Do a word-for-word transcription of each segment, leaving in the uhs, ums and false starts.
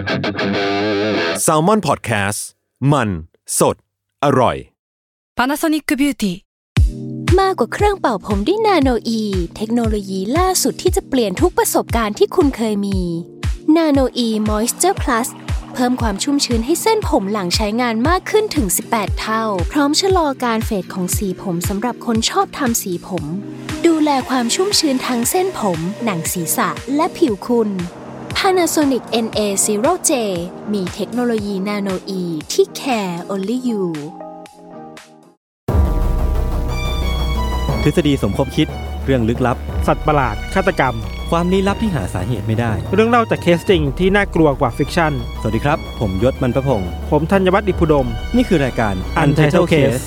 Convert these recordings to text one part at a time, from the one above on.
Salmon Podcast มันสดอร่อย Panasonic Beauty มากกว่าเครื่องเป่าผมด้วยนาโนอีเทคโนโลยีล่าสุดที่จะเปลี่ยนทุกประสบการณ์ที่คุณเคยมีนาโนอีมอยส์เจอร์พลัสเพิ่มความชุ่มชื้นให้เส้นผมหลังใช้งานมากขึ้นถึงสิบแปดเท่าพร้อมชะลอการเฟดของสีผมสำหรับคนชอบทำสีผมดูแลความชุ่มชื้นทั้งเส้นผมหนังศีรษะและผิวคุณ Panasonic เอ็น เอ ศูนย์ เจ มีเทคโนโลยีนาโนอีที่ care only you ทฤษฎีสมคบคิดเรื่องลึกลับสัตว์ประหลาดฆาตกรรมความลี้ลับที่หาสาเหตุไม่ได้เรื่องเล่าจากเคสจริงที่น่ากลัวกว่าฟิกชั่นสวัสดีครับผมยศมันประพงษ์ผมธัญวัฒน์อิพุดมนี่คือรายการ Untitled Case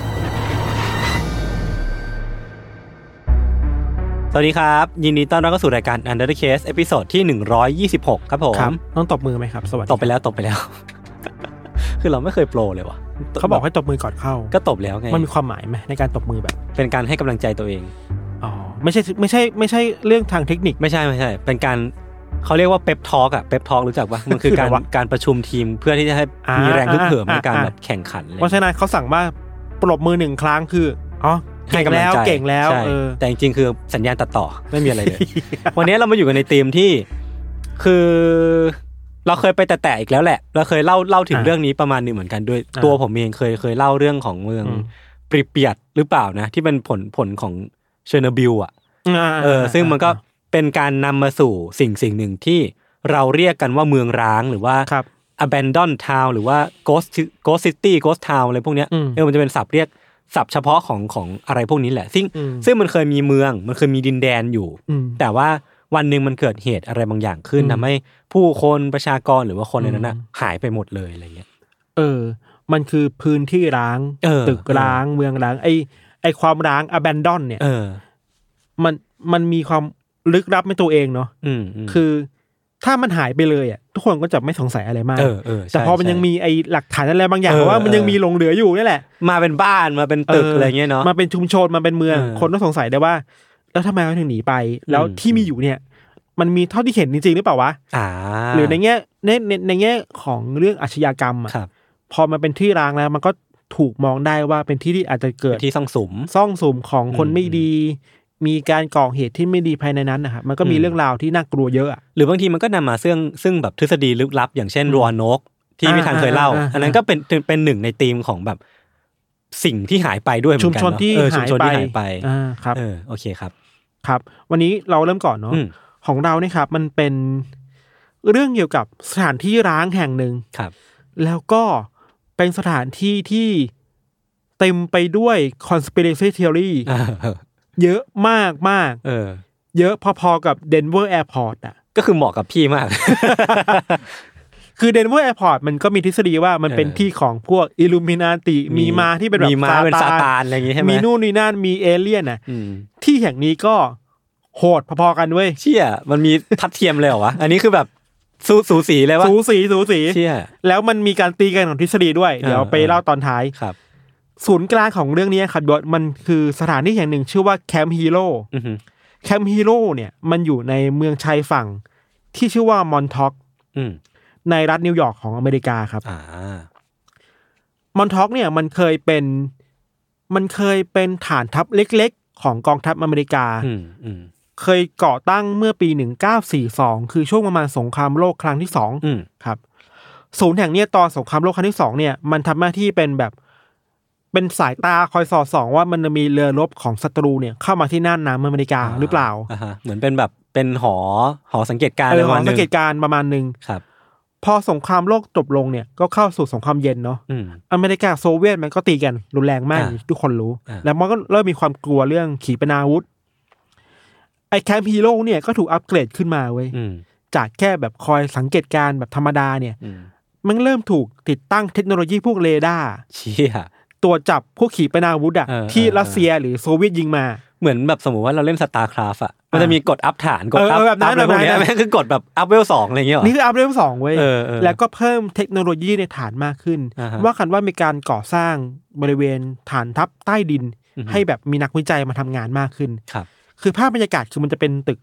สวัสดีครับยินดีต้อนรับเข้าสู่รายการ Untitled Case เอพิโซดที่หนึ่งร้อยยี่สิบหกครับผมครับต้องตบมือไหมครับสวัสดีตบไปแล้วตบไปแล้ว คือเราไม่เคยโปรเลยว่ะเขาบอกให้ตบมือก่อนเข้าก็ตบแล้วไงมันมีความหมายไหมในการตบมือแบบเป็นการให้กำลังใจตัวเองอ๋อไม่ใช่ไม่ใช่ไม่ใช่เรื่องทางเทคนิคไม่ใช่ไม่ใช่เป็นการเขาเรียกว่าเป๊ปทอล์กอะเป๊ปทอล์กรู้จักปะมันคือการการประชุมทีมเพื่อที่จะให้มีแรงฮึกเหิมในการแบบแข่งขันเพราะฉะนั้นเขาสั่งว่าปรบมือหนึ่งครั้งคืออ๋อเก่งแล้วเก่งแล้วเออแต่จริงๆคือสัญญาณตัดต่อไม่มีอะไรเลย วันนี้เรามาอยู่กันในทีมที่คือเราเคยไปแตะๆอีกแล้วแหละเราเคยเล่าเล่าถึงเรื่องนี้ประมาณนึงเหมือนกันด้วยตัวผมเองเคยเคยเล่าเรื่องของเมืองปริเปียตหรือเปล่านะที่เป็นผลผลของเชอร์โนบิลอ่ะเออซึ่งมันก็เป็นการนำมาสู่สิ่งสิ่งหนึ่งที่เราเรียกกันว่าเมืองร้างหรือว่า abandoned town หรือว่า ghost ghost city ghost town อะไรพวกเนี้ยเออมันจะเป็นศัพท์เรียกศัพท์เฉพาะของของอะไรพวกนี้แหละซึ่งซึ่งมันเคยมีเมืองมันเคยมีดินแดนอยู่แต่ว่าวันนึงมันเกิดเหตุอะไรบางอย่างขึ้นทำให้ผู้คนประชากรหรือว่าคนในนั้นน่ะหายไปหมดเลยอะไรเงี้ยเออมันคือพื้นที่ร้างตึกร้างเมืองร้างไอไอความร้าง abandon เนี่ยมันมันมีความลึกลับในตัวเองเนาะคือถ้ามันหายไปเลยอ่ะทุกคนก็จะไม่สงสัยอะไรมากแต่พอมันยังมีไอหลักฐานอะไรบางอย่างว่ามันยังมีหลงเหลืออยู่นี่แหละมาเป็นบ้านมาเป็นตึกอะไรเงี้ยเนาะมาเป็นชุมชนมาเป็นเมืองคนต้องสงสัยได้ว่าแล้วทำไมเขาถึงหนีไปแล้วที่มีอยู่เนี่ยมันมีเท่าที่เห็นจริงๆหรือเปล่าวะหรือในแง่ในในในแง่ของเรื่องอาชญากรรมอ่ะพอมันเป็นที่ร้างแล้วมันก็ถูกมองได้ว่าเป็นที่ที่อาจจะเกิดที่ซ่องสุมซ่องสุมของคนไม่ดีมีการก่อเหตุที่ไม่ดีภายในนั้นนะครับมันก็มีเรื่องราวที่น่ากลัวเยอะหรือบางทีมันก็นำมาซึ่งซึ่งแบบทฤษฎีลึกลับอย่างเช่นรัวนกที่พี่ธันเคยเล่าอันนั้นก็เป็นเป็นหนึ่งในธีมของแบบสิ่งที่หายไปด้วยเหมือนกันชุมชนที่หายไปอ่าครับเออโอเคครับครับวันนี้เราเริ่มก่อนเนาะของเราเนี่ยครับมันเป็นเรื่องเกี่ยวกับสถานที่ร้างแห่งหนึ่งครับแล้วก็เป็นสถานที่ที่เต็มไปด้วย conspiracy theory เยอะมากมากเออเยอะพอๆกับ Denver Airport อ่ะก็คือเหมาะกับพี่มากคือ Denver Airport มันก็มีทฤษฎีว่ามันเป็นที่ของพวก Illuminati มีมาที่เป็นแบบมีมาเป็นซาตานอะไรอย่างงี้ใช่มั้ยมีนู่นนี่นั่นมีเอเลี่ยนน่ะที่แห่งนี้ก็โหดพอๆกันเว้ยเชี่ยมันมีทัดเทียมเลยเหรอวะอันนี้คือแบบสูสูสีเลยวะสูสีสูสีเชี่ยแล้วมันมีการตีกันของทฤษฎีด้วยเดี๋ยวไปเล่าตอนท้ายครับศูนย์กลางของเรื่องนี้ครับมันคือสถานที่แห่งหนึ่งชื่อว่าแคมป์ฮีโร่แคมป์ฮีโร่เนี่ยมันอยู่ในเมืองชายฝั่งที่ชื่อว่ามอนท็อกในรัฐนิวยอร์กของอเมริกาครับมอนท็อกเนี่ยมันเคยเป็นมันเคยเป็นฐานทัพเล็กๆของกองทัพอเมริกาเคยก่อตั้งเมื่อปีหนึ่งเก้าสี่สองคือช่วงประมาณสงครามโลกครั้งที่สองครับศูนย์แห่งนี้ตอนสงครามโลกครั้งที่สองเนี่ยมันทำหน้าที่เป็นแบบเป็นสายตาคอยสอดส่องว่ามันจะมีเรือรบของศัตรูเนี่ยเข้ามาที่น่านน้ำอเมริกาหรือเปล่าอ่าฮะเหมือนเป็นแบบเป็นหอหอสังเกตการณ์ประมาณนึงหอสังเกตการณ์ประมาณนึงครับพอสงครามโลกจบลงเนี่ยก็เข้าสู่สงครามเย็นเนาะอเมริกาโซเวียตมันก็ตีกันรุนแรงมากทุกคนรู้แล้วมันก็เริ่มมีความกลัวเรื่องขีปนาวุธไอ้แคมป์ฮีโร่เนี่ยก็ถูกอัปเกรดขึ้นมาเว้ยจากแค่แบบคอยสังเกตการณ์แบบธรรมดาเนี่ยมันเริ่มถูกติดตั้งเทคโนโลยีพวกเรดาร์เชี่ยตัวจับพวกขีปนาวุธอ่ะที่รัสเซียหรือโซเวียตยิงมาเหมือนแบบสมมุติว่าเราเล่น StarCraft อ่ะมันจะมีกดอัพฐานกดอัพแบบนั้นแบบนี้แม่งคือกดแบบอัพเวลสองอะไรอย่างเงี้ยนี่คืออัพเวลสองเว้ยแล้วก็เพิ่มเทคโนโลยีในฐานมากขึ้นว่ากันว่ามีการก่อสร้างบริเวณฐานทัพใต้ดินให้แบบมีนักวิจัยมาทำงานมากขึ้นครับคือภาพบรรยากาศคือมันจะเป็นตึกแบบ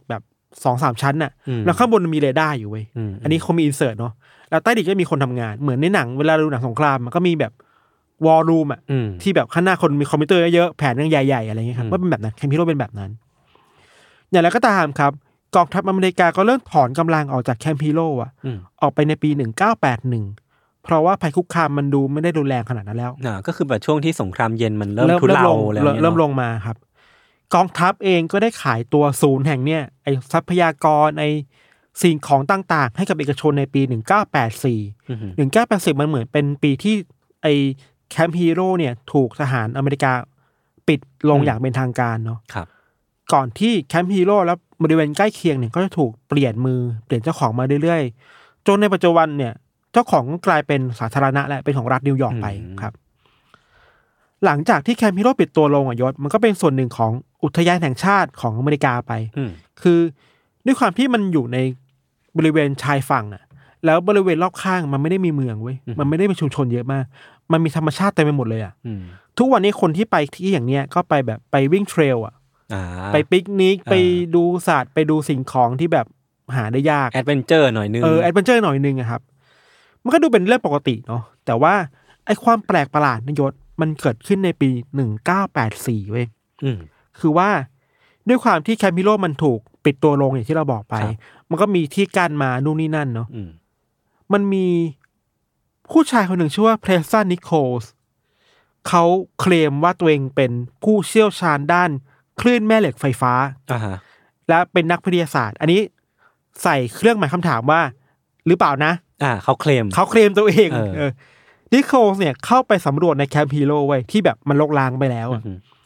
สองสามชั้นน่ะแล้วข้างบนมีเรดาร์อยู่เว้ยอันนี้เขามีอินเสิร์ตเนาะแล้วใต้ดินก็มีคนทำงานเหมือนในหนังเวลาดูหนังสงครามมันก็มีแบบวอลลุ่มอ่ะที่แบบข้างหน้าคนมีคอมพิวเตอร์เยอะแผนใหญ่ๆอะไรเงี้ยครับว่าเป็นแบบนั้นแคมป์ฮีโร่เป็นแบบนั้นอย่างไรก็ตามครับกองทัพอเมริกาก็เริ่มถอนกำลังออกจากแคมป์ฮีโร่อ่ะออกไปในปีหนึ่งเก้าแปดหนึ่งเพราะว่าภัยคุกคามมันดูไม่ได้รุนแรงขนาดนั้นแล้วอ่าก็คือแบบช่วงที่สงครามเย็นมันเริ่มทุเลาแล้วเริ่มลงมาครับกองทัพเองก็ได้ขายตัวศูนย์แห่งเนี้ยไอ้ทรัพยากรไอ้สิ่งของต่างๆให้กับเอกชนในปีหนึ่งเก้าแปดสี่ หนึ่งเก้าแปดสี่มันเหมือนเป็นปีที่ไอ้แคมป์ฮีโร่เนี่ยถูกทหารอเมริกาปิดลงอย่างเป็นทางการเนาะครับก่อนที่แคมป์ฮีโร่แล้วบริเวณใกล้เคียงเนี่ยก็จะถูกเปลี่ยนมือเปลี่ยนเจ้าของมาเรื่อยๆจนในปัจจุบันเนี่ยเจ้าของกลายเป็นสาธารณะและเป็นของรัฐนิวยอร์กไปครับหลังจากที่แคมป์ฮีโร่ปิดตัวลงอ่ะยศมันก็เป็นส่วนหนึ่งของอุทยานแห่งชาติของอเมริกาไปคือด้วยความที่มันอยู่ในบริเวณชายฝั่งอ่ะแล้วบริเวณรอบข้างมันไม่ได้มีเมืองเว้ยมันไม่ได้มีชุมชนเยอะมากมันมีธรรมชาติเต็มไปหมดเลยอ่ะทุกวันนี้คนที่ไปที่อย่างเนี้ยก็ไปแบบไปวิ่งเทรลอ่ะไปปิกนิกไปดูสัตว์ไปดูสิ่งของที่แบบหาได้ยากแอดเวนเจอร์หน่อยนึงเออแอดเวนเจอร์หน่อยนึงอะครับมันก็ดูเป็นเรื่องปกติเนาะแต่ว่าไอ้ความแปลกประหลาดนยศมันเกิดขึ้นในปีหนึ่งเก้าแปดสี่เว้ยคือว่าด้วยความที่แคมป์ฮีโร่มันถูกปิดตัวลงอย่างที่เราบอกไปมันก็มีที่กั้นมานู่นนี่นั่นเนาะมันมีผู้ชายคนหนึ่งชื่อว่าเพรสตันนิโคลส์เขาเคลมว่าตัวเองเป็นผู้เชี่ยวชาญด้านคลื่นแม่เหล็กไฟฟ้าและเป็นนักวิทยาศาสตร์อันนี้ใส่เครื่องหมายคำถามว่าหรือเปล่านะอ่าเขาเคลมเขาเคลมตัวเองเออนิโคลส์เนี่ยเข้าไปสำรวจในแคมป์ฮีโร่ไว้ที่แบบมันรกร้างไปแล้วอ่ะ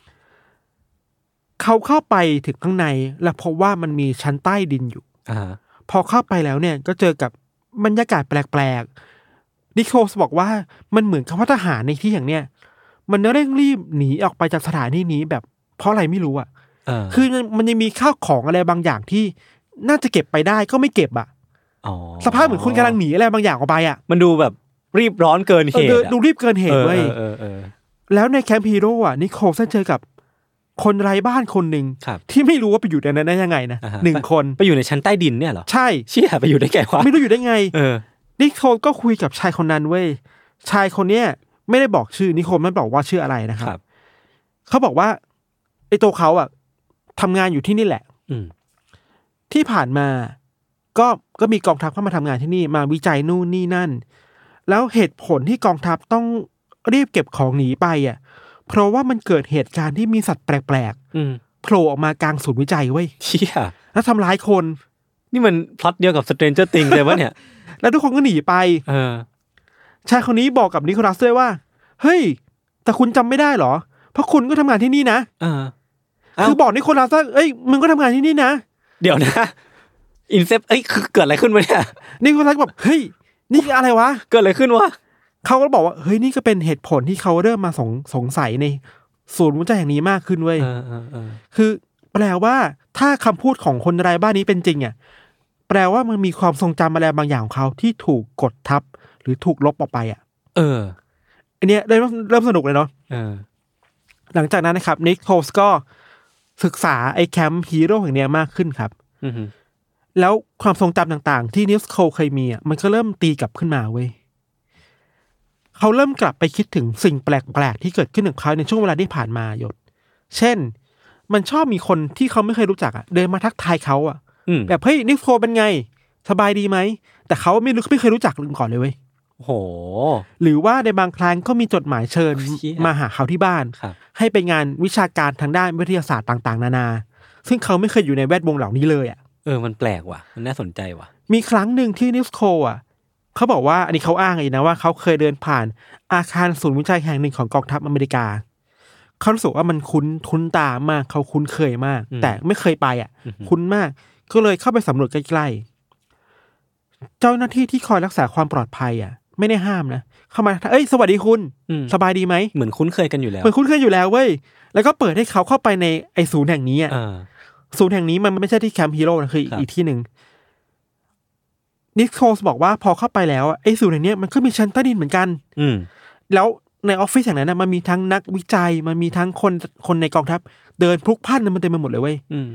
เขาเข้าไปถึงข้างในแล้วพบว่ามันมีชั้นใต้ดินอยู่อ่าพอเข้าไปแล้วเนี่ยก็เจอกับบรรยากาศแปลกๆนิโคลส์บอกว่ามันเหมือนกับว่าทหารในที่อย่างเนี้ยมันเร่งรีบหนีออกไปจากสถานที่นี้แบบเพราะอะไรไม่รู้อ่ะคือมันยังมีข้าวของอะไรบางอย่างที่น่าจะเก็บไปได้ก็ไม่เก็บอ่ะสภาพเหมือนคุณกำลังหนีอะไรบางอย่างออกไปอ่ะมันดูแบบรีบร้อนเกินเหตุดูรีบเกินเหตุเว้ยแล้วในแคมป์ฮีโร่อ่ะนิโคลส์เจอกับคนไร้บ้านคนหนึ่งที่ไม่รู้ว่าไปอยู่ในนั้นได้ยังไงนะหนึ่งคนไปอยู่ในชั้นใต้ดินเนี่ยเหรอใช่เชี่ยไปอยู่ได้ไงวะไม่รู้อยู่ได้ไงนิโคลก็คุยกับชายคนนั้นเว้ยชายคนเนี้ยไม่ได้บอกชื่อนิโคลไม่บอกว่าชื่ออะไรนะครับเขาบอกว่าไอ้ตัวเขาอ่ะทำงานอยู่ที่นี่แหละที่ผ่านมาก็ก็มีกองทัพเข้ามาทำงานที่นี่มาวิจัยนู่นนี่นั่นแล้วเหตุผลที่กองทัพต้องรีบเก็บของหนีไปอ่ะเพราะว่ามันเกิดเหตุการณ์ที่มีสัตว์แปลกๆโผล่ออกมากลางศูนย์วิจัยเว้ยเชี่ยแล้วทำร้ายคนนี่มันพล็อตเดียวกับ Stranger Things เลยวะเนี่ยแล้วทุกคนก็หนีไปเออชายคนนี้บอกกับนิโคลัสด้วยว่าเฮ้ยแต่คุณจำไม่ได้หรอเพราะคุณก็ทำงานที่นี่นะเออคือบอกนิโคลัสว่าเอ้ยมึงก็ทำงานที่นี่นะเดี๋ยวนะอินเซปเอ้ยคือเกิดอะไรขึ้นวะเนี่ยนิโคลัสแบบเฮ้ยนี่อะไรวะเกิดอะไรขึ้นวะเขาก็บอกว่าเฮ้ยนี่ก็เป็นเหตุผลที่เขาเริ่มมาสงสงสัยในศูนย์วิจัยแห่งนี้มากขึ้นเว้ยคือแปลว่าถ้าคำพูดของคนไร้บ้านนี้เป็นจริงอ่ะแปลว่ามันมีความทรงจำอะไรบางอย่างของเขาที่ถูกกดทับหรือถูกลบออกไปอ่ะเอออันเนี้ยเริ่มเริ่มสนุกเลยเนาะหลังจากนั้นนะครับนิโคลส์ก็ศึกษาไอ้แคมป์ฮีโร่แห่งเนี้ยมากขึ้นครับแล้วความทรงจำต่างๆที่นิโคลเคยมีอ่ะมันก็เริ่มตีกลับขึ้นมาเว้ยเขาเริ่มกลับไปคิดถึงสิ่งแปลกๆที่เกิดขึ้นกับเขาในช่วงเวลาที่ผ่านมาหยดเช่นมันชอบมีคนที่เขาไม่เคยรู้จักอ่ะเดินมาทักทายเขาอ่ะแบบเฮ้ยนิโคลเป็นไงสบายดีไหมแต่เขาไม่รู้ไม่เคยรู้จักลืมก่อนเลยเว้ยโอ้โหหรือว่าในบางครั้งก็มีจดหมายเชิญมาหาเขาที่บ้านให้ไปงานวิชาการทางด้านวิทยาศาสตร์ต่างๆนานาซึ่งเขาไม่เคยอยู่ในแวดวงเหล่านี้เลยอ่ะเออมันแปลกว่ะมันน่าสนใจว่ะมีครั้งหนึ่งที่นิโคลอ่ะเขาบอกว่าอันนี้เขาอ้างเองนะว่าเขาเคยเดินผ่านอาคารศูนย์วิจัยแห่งหนึ่งของกองทัพอเมริกาเขารู้สึกว่ามันคุ้นคุ้นตามากเขาคุ้นเคยมากแต่ไม่เคยไปอ่ะคุ้นมากก็เลยเข้าไปสำรวจใกล้ๆเจ้าหน้าที่ที่คอยรักษาความปลอดภัยอ่ะไม่ได้ห้ามนะเข้ามาเอ้ยสวัสดีคุณสบายดีไหมเหมือนคุ้นเคยกันอยู่แล้วเหมือนคุ้นเคยอยู่แล้วเว้ยแล้วก็เปิดให้เขาเข้าไปในไอศูนย์แห่งนี้อ่ะศูนย์แห่งนี้มันไม่ใช่ที่แคมป์ฮีโร่นะคืออีกที่หนึ่งนิโคลส์บอกว่าพอเข้าไปแล้วไอ้ศูนย์แห่งนี้มันก็มีชั้นใต้ดินเหมือนกันอืมแล้วในออฟฟิศแห่งนั้นนะมันมีทั้งนักวิจัยมันมีทั้งคนคนในกองทัพเดินพลุกพล่านมันเต็มไปหมดเลยเว้ย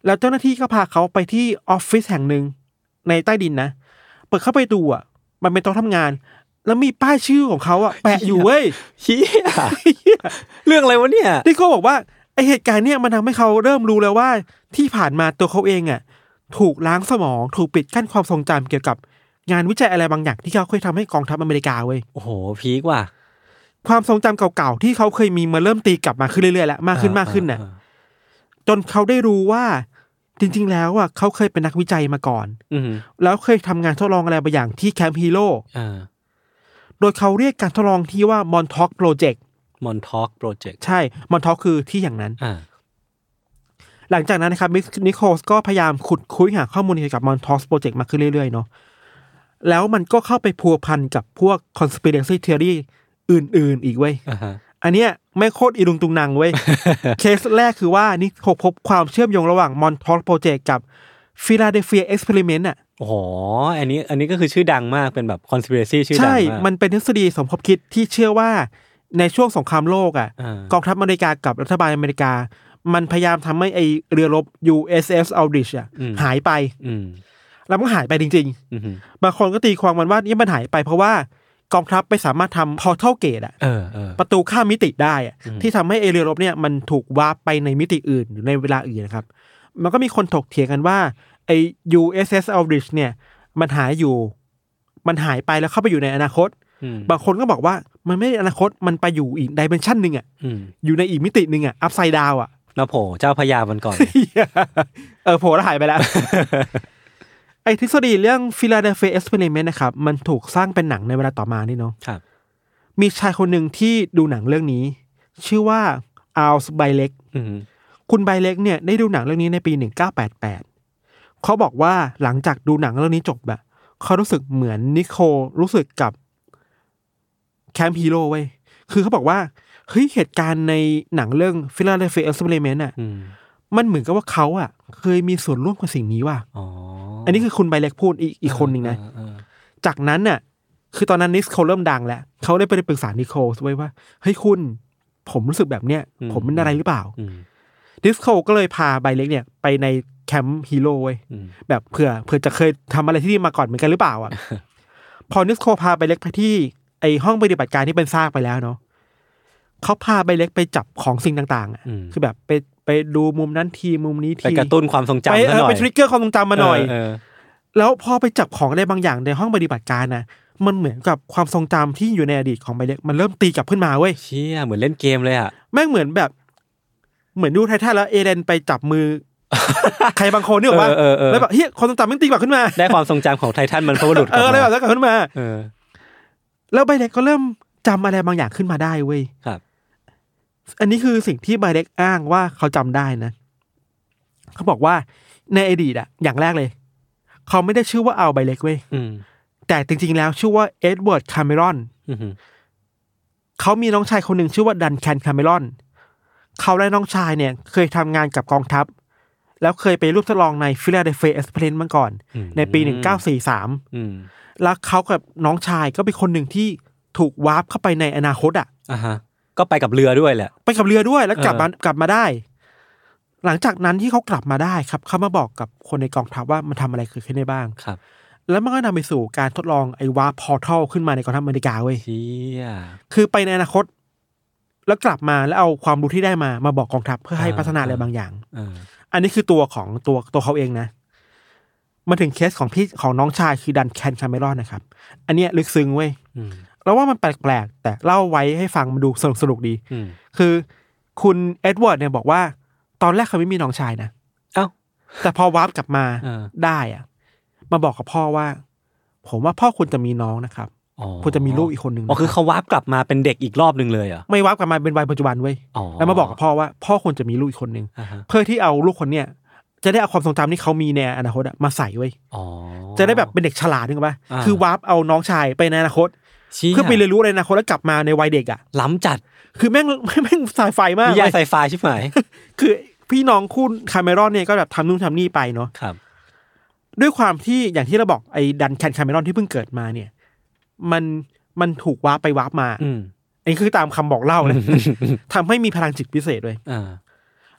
แล้วเจ้าหน้าที่ก็พาเขาไปที่ออฟฟิศแห่งหนึ่งในใต้ดินนะเปิดเข้าไปดูอ่ะมันเป็นโต๊ะทำงานแล้วมีป้ายชื่อของเขาอ่ะแปะอยู่เว้ยเหี้ยเรื่องอะไรวะเนี่ยที่เขาบอกว่าไอเหตุการณ์เนี่ยมันทำให้เขาเริ่มรู้แล้วว่าที่ผ่านมาตัวเขาเองอ่ะถูกล้างสมองถูกปิดกั้นความทรงจำเกี่ยวกับงานวิจัยอะไรบางอย่างที่เขาเคยทำให้กองทัพอเมริกาเว้ยโอ้โหพีคว่ะความทรงจำเก่าๆที่เขาเคยมีมาเริ่มตีกลับมาขึ้นเรื่อยๆแล้วมากขึ้นมากขึ้นน่ะจนเขาได้รู้ว่าจริงๆแล้วอ่ะเขาเคยเป็นนักวิจัยมาก่อนแล้วเคยทำงานทดลองอะไรบางอย่างที่แคมป์ฮีโร่โดยเขาเรียกการทดลองที่ว่า Montauk Project Montauk Project ใช่ Montauk คือที่อย่างนั้นหลังจากนั้นนะครับนิโคลส์ก็พยายามขุดคุยหาข้อมูลเกี่ยวกับ Montauk Project มาขึ้นเรื่อยๆเนาะแล้วมันก็เข้าไปพัวพันกับพวก conspiracy theory อื่นๆอีกเว้ย uh-huh. อันเนี้ยไม่โคตรอีลุงตุงนังเว้ย เคสแรกคือว่านิโคลพบความเชื่อมโยงระหว่าง Montauk Project กับ Philadelphia Experiment อ่ะโอ้โหอันนี้อันนี้ก็คือชื่อดังมากเป็นแบบ conspiracy ชื่อดังมากใช่มันเป็นทฤษฎีสมคบคิดที่เชื่อว่าในช่วงสงครามโลกอ่ะ uh. กองทัพอเมริกากับรัฐบาลอเมริกามันพยายามทำให้ไอเรือรบ ยู เอส เอส Aldrich อ่ะหายไปแล้วมันหายไปจริงๆบางคนก็ตีความมันว่านี่มันหายไปเพราะว่ากองทัพไปสามารถทำ portal gate อ่ะประตูข้ามมิติได้อ่ะที่ทำให้ไอเรือรบเนี่ยมันถูกวาร์ปไปในมิติอื่นหรือในเวลาอื่นนะครับมันก็มีคนถกเถียงกันว่าไอ ยู เอส เอส Aldrich เนี่ยมันหายอยู่มันหายไปแล้วเข้าไปอยู่ในอนาคตบางคนก็บอกว่ามันไม่ใช่อนาคตมันไปอยู่อีกดิเมนชันนึงอ่ะอยู่ในอีกมิตินึงอ่ะ upside down อ่ะแล้วโผล่เจ้าพญามันก่อนเออโผล่แล้วหายไปแล้ว ไอ้ทฤษฎีเรื่อง Philadelphia Experiment นะครับมันถูกสร้างเป็นหนังในเวลาต่อมานี่เนาะครับมีชายคนหนึ่งที่ดูหนังเรื่องนี้ชื่อว่าอัลส์ไบเล็กคุณไบเล็กเนี่ยได้ดูหนังเรื่องนี้ในปีหนึ่งเก้าแปดแปดเขาบอกว่าหลังจากดูหนังเรื่องนี้จบแบบเขารู้สึกเหมือนนิโคลรู้สึกกับแคมป์ฮีโร่เว้ยคือเขาบอกว่าเฮ้ยเหตุการณ์ในหนังเรื่อง Philadelphia Experiment อ่ะมันเหมือนกับว่าเขาอ่ะเคยมีส่วนร่วมกับสิ่งนี้ว่ะอ๋ออันนี้คือคุณไบเล็กพูดอีกอีกคนนึงนะจากนั้นน่ะคือตอนนั้นนิโคลเริ่มดังแล้วเขาได้ไปปรึกษานิโคลไว้ว่าเฮ้ยคุณผมรู้สึกแบบเนี้ยผมเป็นอะไรหรือเปล่านิโคลก็เลยพาไบเล็กเนี่ยไปในแคมป์ฮีโร่เว้ยแบบเผื่อเผื่อจะเคยทำอะไรที่นี่มาก่อนเหมือนกันหรือเปล่าอ่ะพอนิโคลพาไบเล็กไปที่ไอห้องปฏิบัติการที่เป็นซากไปแล้วเนาะเขาพาไบเล็กไปจับของสิ่งต่างๆอ่ะคือแบบไปไปดูมุมนั้นทีมุมนี้ทีไปกระตุ้นความทรงจำไปหน่อยไปทริกเกอร์ความทรงจำมาหน่อยแล้วพอไปจับของอะไรบางอย่างในห้องปฏิบัติการนะมันเหมือนกับความทรงจำที่อยู่ในอดีตของไบเล็กมันเริ่มตีกลับขึ้นมาเว้ยเชี่ยเหมือนเล่นเกมเลยอ่ะแม่งเหมือนแบบเหมือนดูไททันแล้วเอเดนไปจับมือ ใครบางคนนึกว่าแล้วแบบเฮ้ยความทรงจำมันตีกลับขึ้นมาได้ความทรงจำของไททันมันพบุรุษเอออะไรแบบนั้นกลับขึ้นมาแล้วไบเล็กก็เริ่มจำอะไรบางอย่างขึ้นมาได้เว้ยครับอันนี้คือสิ่งที่ไบเล็กอ้างว่าเขาจำได้นะเขาบอกว่าในอดีตอะอย่างแรกเลยเขาไม่ได้ชื่อว่าอัลไบเล็กเว้ยแต่จริงๆแล้วชื่อว่าเอ็ดเวิร์ดคาเมรอนเขามีน้องชายคนหนึ่งชื่อว่าดันแคนคาเมรอนเขาและน้องชายเนี่ยเคยทำงานกับกองทัพแล้วเคยไปร่วมทดลองใน Philadelphia Experiment มาก่อนในปีหนึ่งเก้าสี่สามแล้วเขากับน้องชายก็เป็นคนหนึ่งที่ถูกวาร์ปเข้าไปในอนาคตอ่ะอ่าฮะก็ไปกับเรือด้วยแหละไปกับเรือด้วยแล้วกลับมากลับมาได้หลังจากนั้นที่เขากลับมาได้ครับเขามาบอกกับคนในกองทัพว่ามันทำอะไรเกิดขึ้นได้บ้างครับแล้วมันก็นำไปสู่การทดลองไอ้วาร์ปพอร์ทัลขึ้นมาในกองทัพอเมริกาเว้ยคือไปในอนาคตแล้วกลับมาแล้วเอาความรู้ที่ได้มามาบอกกองทัพเพื่อให้พัฒนาอะไรบางอย่างอันนี้คือตัวของตัวตัวเขาเองนะมาถึงเคสของพี่ของน้องชายคือดันแคนคาเมรอนนะครับอันนี้ลึกซึ้งเว้ยแล้วว่ามันแปลกๆแต่เล่าไว้ให้ฟังมันดูสนุกสนุกดีคือคุณเอ็ดเวิร์ดเนี่ยบอกว่าตอนแรกเขาไม่มีน้องชายนะเอ้าแต่พอวาร์ปกลับมาได้อ่ะมาบอกกับพ่อว่าผมว่าพ่อควรจะมีน้องนะครับควรจะมีลูกอีกคนนึงอ๋อคือเขาวาร์ปกลับมาเป็นเด็กอีกรอบนึงเลยเหรอไม่วาร์ปกลับมาเป็นวัยปัจจุบันเว้ยแล้วมาบอกกับพ่อว่าพ่อควรจะมีลูกอีกคนนึงเพื่อที่เอาลูกคนเนี้ยจะได้เอาความทรงจำที่เขามีในอนาคตมาใส่ไว้จะได้แบบเป็นเด็กฉลาดนึกป่ะคือวาร์ปเอาน้องชายไปในอนาคตเพื่อไปเรียนรู้ในอนาคตแล้วกลับมาในวัยเด็กอ่ะล้ำจัดคือแม่งแม่งไซไฟมากนิยายไซไฟชิบหายคือพี่น้องคู่คาเมรอนเนี่ยก็แบบทำนู่นทำนี่ไปเนาะครับด้วยความที่อย่างที่เราบอกไอ้ดันแคนคาเมรอนที่เพิ่งเกิดมาเนี่ยมันมันถูกวาร์ปไปวาร์ปมาอันนี้คือตามคำบอกเล่านะทำให้มีพลังจิตพิเศษด้วย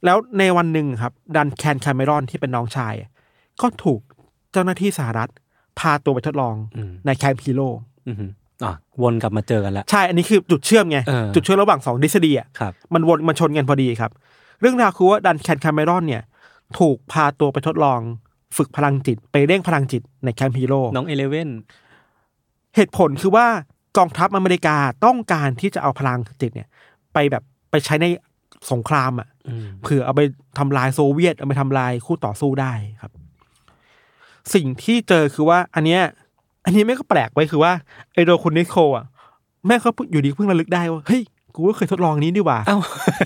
แล้วในวันหนึ่งครับดันแคนแคมเมรอนที่เป็นน้องชายก็ถูกเจ้าหน้าที่สหรัฐพาตัวไปทดลองในแคมป์ฮีโร่อ่ะวนกลับมาเจอกันแล้วใช่อันนี้คือจุดเชื่อมไงจุดเชื่อมระหว่างสองทฤษฎีอ่ะมันวนมันชนกันพอดีครับเรื่องราวคือว่าดันแคนแคมเมรอนเนี่ยถูกพาตัวไปทดลองฝึกพลังจิตไปเร่งพลังจิตในแคมป์ฮีโร่น้องเอเลเว่นเหตุผลคือว่ากองทัพอเมริกาต้องการที่จะเอาพลังจิตเนี่ยไปแบบไปใช้ในสงครามอ่ะเผื่อเอาไปทำลายโซเวียตเอาไปทำลายคู่ต่อสู้ได้ครับสิ่งที่เจอคือว่าอันเนี้ยอันนี้แม่ก็แปลกไว้คือว่าไอโดคุณนิโคลอ่ะแม่เขาอยู่ดีเพิ่งระลึกได้ว่าเฮ้ยกูก็เคยทดลองนี้ดีกว่าเอ้า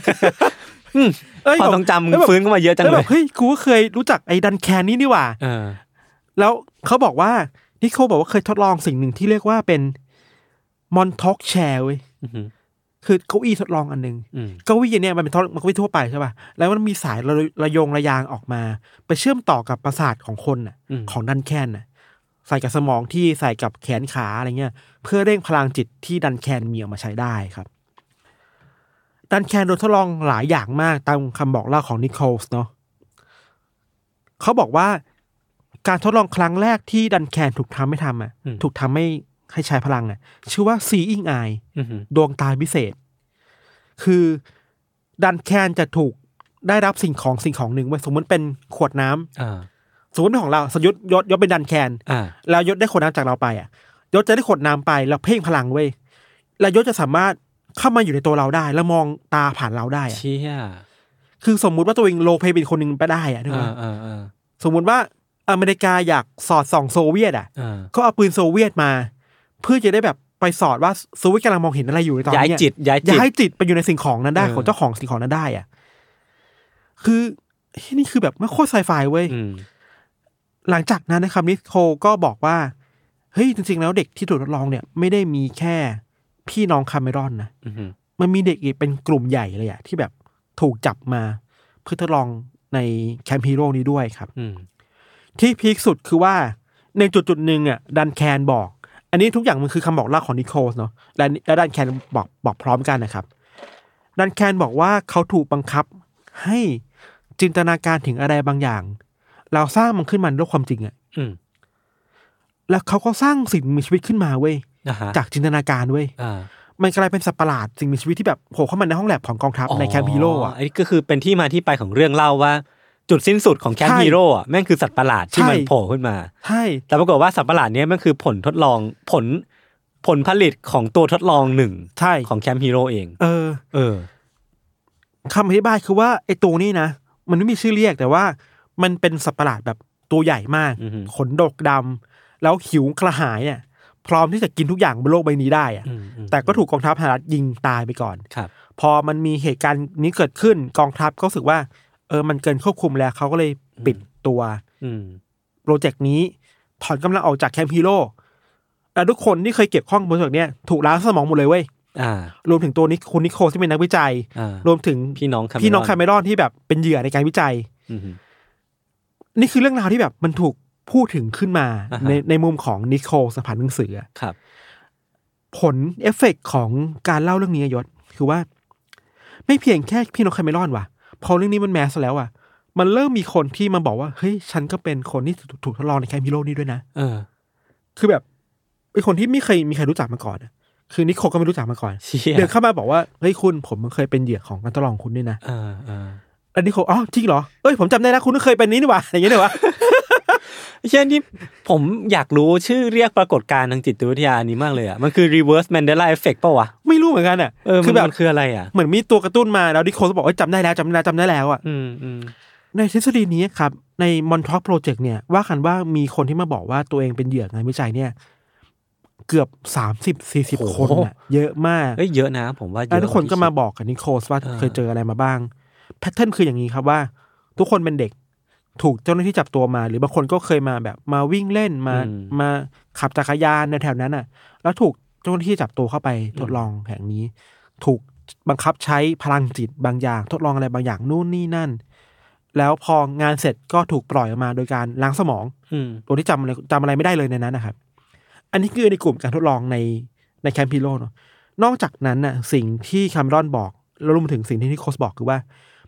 พอต้องจำมึงฟื้นขึ้นมาเยอะจังเลยเฮ้ยกูก็เคยรู้จักไอ้ดันแคนนี้นี่หว่าแล้วเขาบอกว่านิโคลบอกว่าเคยทดลองสิ่งหนึ่งที่เรียกว่าเป็นมอนท็อกแชร์เว้ยคือเก้าอี้ทดลองอันนึงเก้าอี้เนี่ยมันเป็นเก้าอี้ทั่วไปใช่ป่ะแล้วมันมีสายระยงระยางออกมาไปเชื่อมต่อกับประสาทของคนน่ะของดันแคนน่ะใส่กับสมองที่ใส่กับแขนขาอะไรเงี้ยเพื่อเร่งพลังจิตที่ดันแคนมีออกมาใช้ได้ครับดันแคนโดนทดลองหลายอย่างมากตามคำบอกเล่าของนิโคลส์เนาะเขาบอกว่าการทดลองครั้งแรกที่ดันแคนถูกทำให้ทำอ่ะถูกทำให้ให้ใช้พลังอ่ะชื่อว่า seeing eye ดวงตาพิเศษคือดันแคนจะถูกได้รับสิ่งของสิ่งของหนึ่งไว้สมมติเป็นขวดน้ำสมมติของเราสยุทธยศยศเป็นดันแคนแล้วยศได้ขวดน้ำจากเราไปอ่ะยศจะได้ขวดน้ำไปแล้วเพ่งพลังไว้แล้วยศจะสามารถเข้ามาอยู่ในตัวเราได้แล้วมองตาผ่านเราได้เชี่ยคือสมมุติว่าตัวเองโลเพเป็นคนหนึ่งไปได้อ่ะถูกไหมสมมุติว่าอเมริกาอยากสอดส่องโซเวียตอ่ะก็เอาปืนโซเวียตมาเพื่อจะได้แบบไปสอดว่าโซเวียตกำลังมองเห็นอะไรอยู่ในตอนนี้ย้ายจิตย้ายจิตย้ายจิตไปอยู่ในสิ่งของนั้นได้ของเจ้าของสิ่งของนั้นได้อ่ะคือนี่คือแบบไม่โคตรไซไฟเว้ยหลังจากนั้นนะครับนิโคลก็บอกว่าเฮ้ยจริงๆแล้วเด็กที่ถูกทดลองเนี่ยไม่ได้มีแค่พี่น้องคาเมรอนนะมันมีเด็กอีกเป็นกลุ่มใหญ่เลยอะที่แบบถูกจับมาเพื่อทดลองในแคมป์ฮีโร่นี้ด้วยครับที่พีคสุดคือว่าในจุดจุดหนึ่งอ่ะดันแคนบอกอันนี้ทุกอย่างมันคือคำบอกเล่าของนิโคลส์เนาะและและดันแคนบอกบอกพร้อมกันนะครับดันแคนบอกว่าเขาถูกบังคับให้จินตนาการถึงอะไรบางอย่างเราสร้างมันขึ้นมาด้วยความจริงอ่ะแล้วเขาก็สร้างสิ่งมีชีวิตขึ้นมาเว้ยจากจินตนาการเว้ยมันกลายเป็นสัตว์ประหลาดสิ่งมีชีวิตที่แบบโผล่เข้ามาในห้องแลบของกองทัพในแคมป์ฮีโร่อ่ะอันนี้ก็คือเป็นที่มาที่ไปของเรื่องเล่าว่าจุดสิ้นสุดของแคมป์ฮีโร่อ่ะแม่งคือสัตว์ประหลาดที่มันโผล่ขึ้นมาใช่แต่ปรากฏว่าสัตว์ประหลาดนี้มันคือผลทดลองผลผลผลิตของตัวทดลองหนึ่งของแคมป์ฮีโร่เองเออเออคำอธิบายคือว่าไอ้ตัวนี้นะมันไม่มีชื่อเรียกแต่ว่ามันเป็นสัตว์ประหลาดแบบตัวใหญ่มากขนดกดำแล้วหิวกระหายอ่ะพร้อมที่จะกินทุกอย่างบนโลกใบนี้ได้อ่ะแต่ก็ถูกกองทัพสหรัฐยิงตายไปก่อนพอมันมีเหตุการณ์นี้เกิดขึ้นกองทัพก็รู้สึกว่าเออมันเกินควบคุมแล้วเขาก็เลยปิดตัวโปรเจกต์นี้ถอนกำลังออกจากแคมป์ฮีโร่แล้วทุกคนที่เคยเกี่ยวข้องโปรเจกต์เนี้ยถูกล้างสมองหมดเลยเว้ยรวมถึงตัวนี้คุณนิโคลที่เป็นนักวิจัยรวมถึงพี่น้องพี่น้องคาเมรอนที่แบบเป็นเหยื่อในการวิจัยนี่คือเรื่องราวที่แบบมันถูกพูดถึงขึ้นมาในในมุมของนิโคลสผ่านหนังสือครับผลเอฟเฟกต์ของการเล่าเรื่องนี้ยศคือว่าไม่เพียงแค่พี่น้องคาเมรอนว่ะพอเรื่องนี้มันแมสแล้วอ่ะมันเริ่มมีคนที่มาบอกว่าเฮ้ยฉันก็เป็นคนที่ถูกทดลองในแคมป์ฮีโร่นี้ด้วยนะเออคือแบบเป็นคนที่ไม่เคยมีใครรู้จักมาก่อนคือนิโคลก็ไม่รู้จักมาก่อนเดินเข้ามาบอกว่าเฮ้ยคุณผมมันเคยเป็นเหยื่อของการทดลองคุณด้วยนะเออเออแล้วนิโคลอ๋อจริงเหรอเอ้ยผมจำได้แล้วคุณก็เคยเป็นนี้นี่หว่าอย่างเงี้ยเลยวะเช่นที่ผมอยากรู้ชื่อเรียกปรากฏการณ์ทางจิตวิทยานี้มากเลยอ่ะมันคือ reverse Mandela effect ป่ะวะไม่รู้เหมือนกันอ่ะคือแบบมันคืออะไรอ่ะเหมือนมีตัวกระตุ้นมาแล้วนิโคลบอกว่าจำได้แล้วจำได้จำได้แล้วอ่ะในทฤษฎีนี้ครับใน Montauk Project เนี่ยว่ากันว่ามีคนที่มาบอกว่าตัวเองเป็นเหยื่องานวิจัยเนี่ยเกือบสามสิบ สี่สิบคนน่ะเยอะมากเอ้ยเยอะนะผมว่าเยอะทุกคนก็มาบอกกับนิโคลว่าเคยเจออะไรมาบ้างแพทเทิร์นคืออย่างนี้ครับว่าทุกคนเป็นเด็กถูกเจ้าหน้าที่จับตัวมาหรือบางคนก็เคยมาแบบมาวิ่งเล่นมามาขับจักรยานในแถวนั้นน่ะแล้วถูกเจ้าหน้าที่จับตัวเข้าไปทดลองแห่งนี้ถูกบังคับใช้พลังจิตบางอย่างทดลองอะไรบางอย่างนู่นนี่นั่นแล้วพองานเสร็จก็ถูกปล่อยออกมาโดยการล้างสมองโดยที่จำอะไรจำอะไรไม่ได้เลยในนั้นนะครับอันนี้คือในกลุ่มการทดลองในในแคมป์ฮีโร่เนาะนอกจากนั้นน่ะสิ่งที่คาเมรอนบอกแล้วรวมถึงสิ่งที่นิโคลบอกคือว่า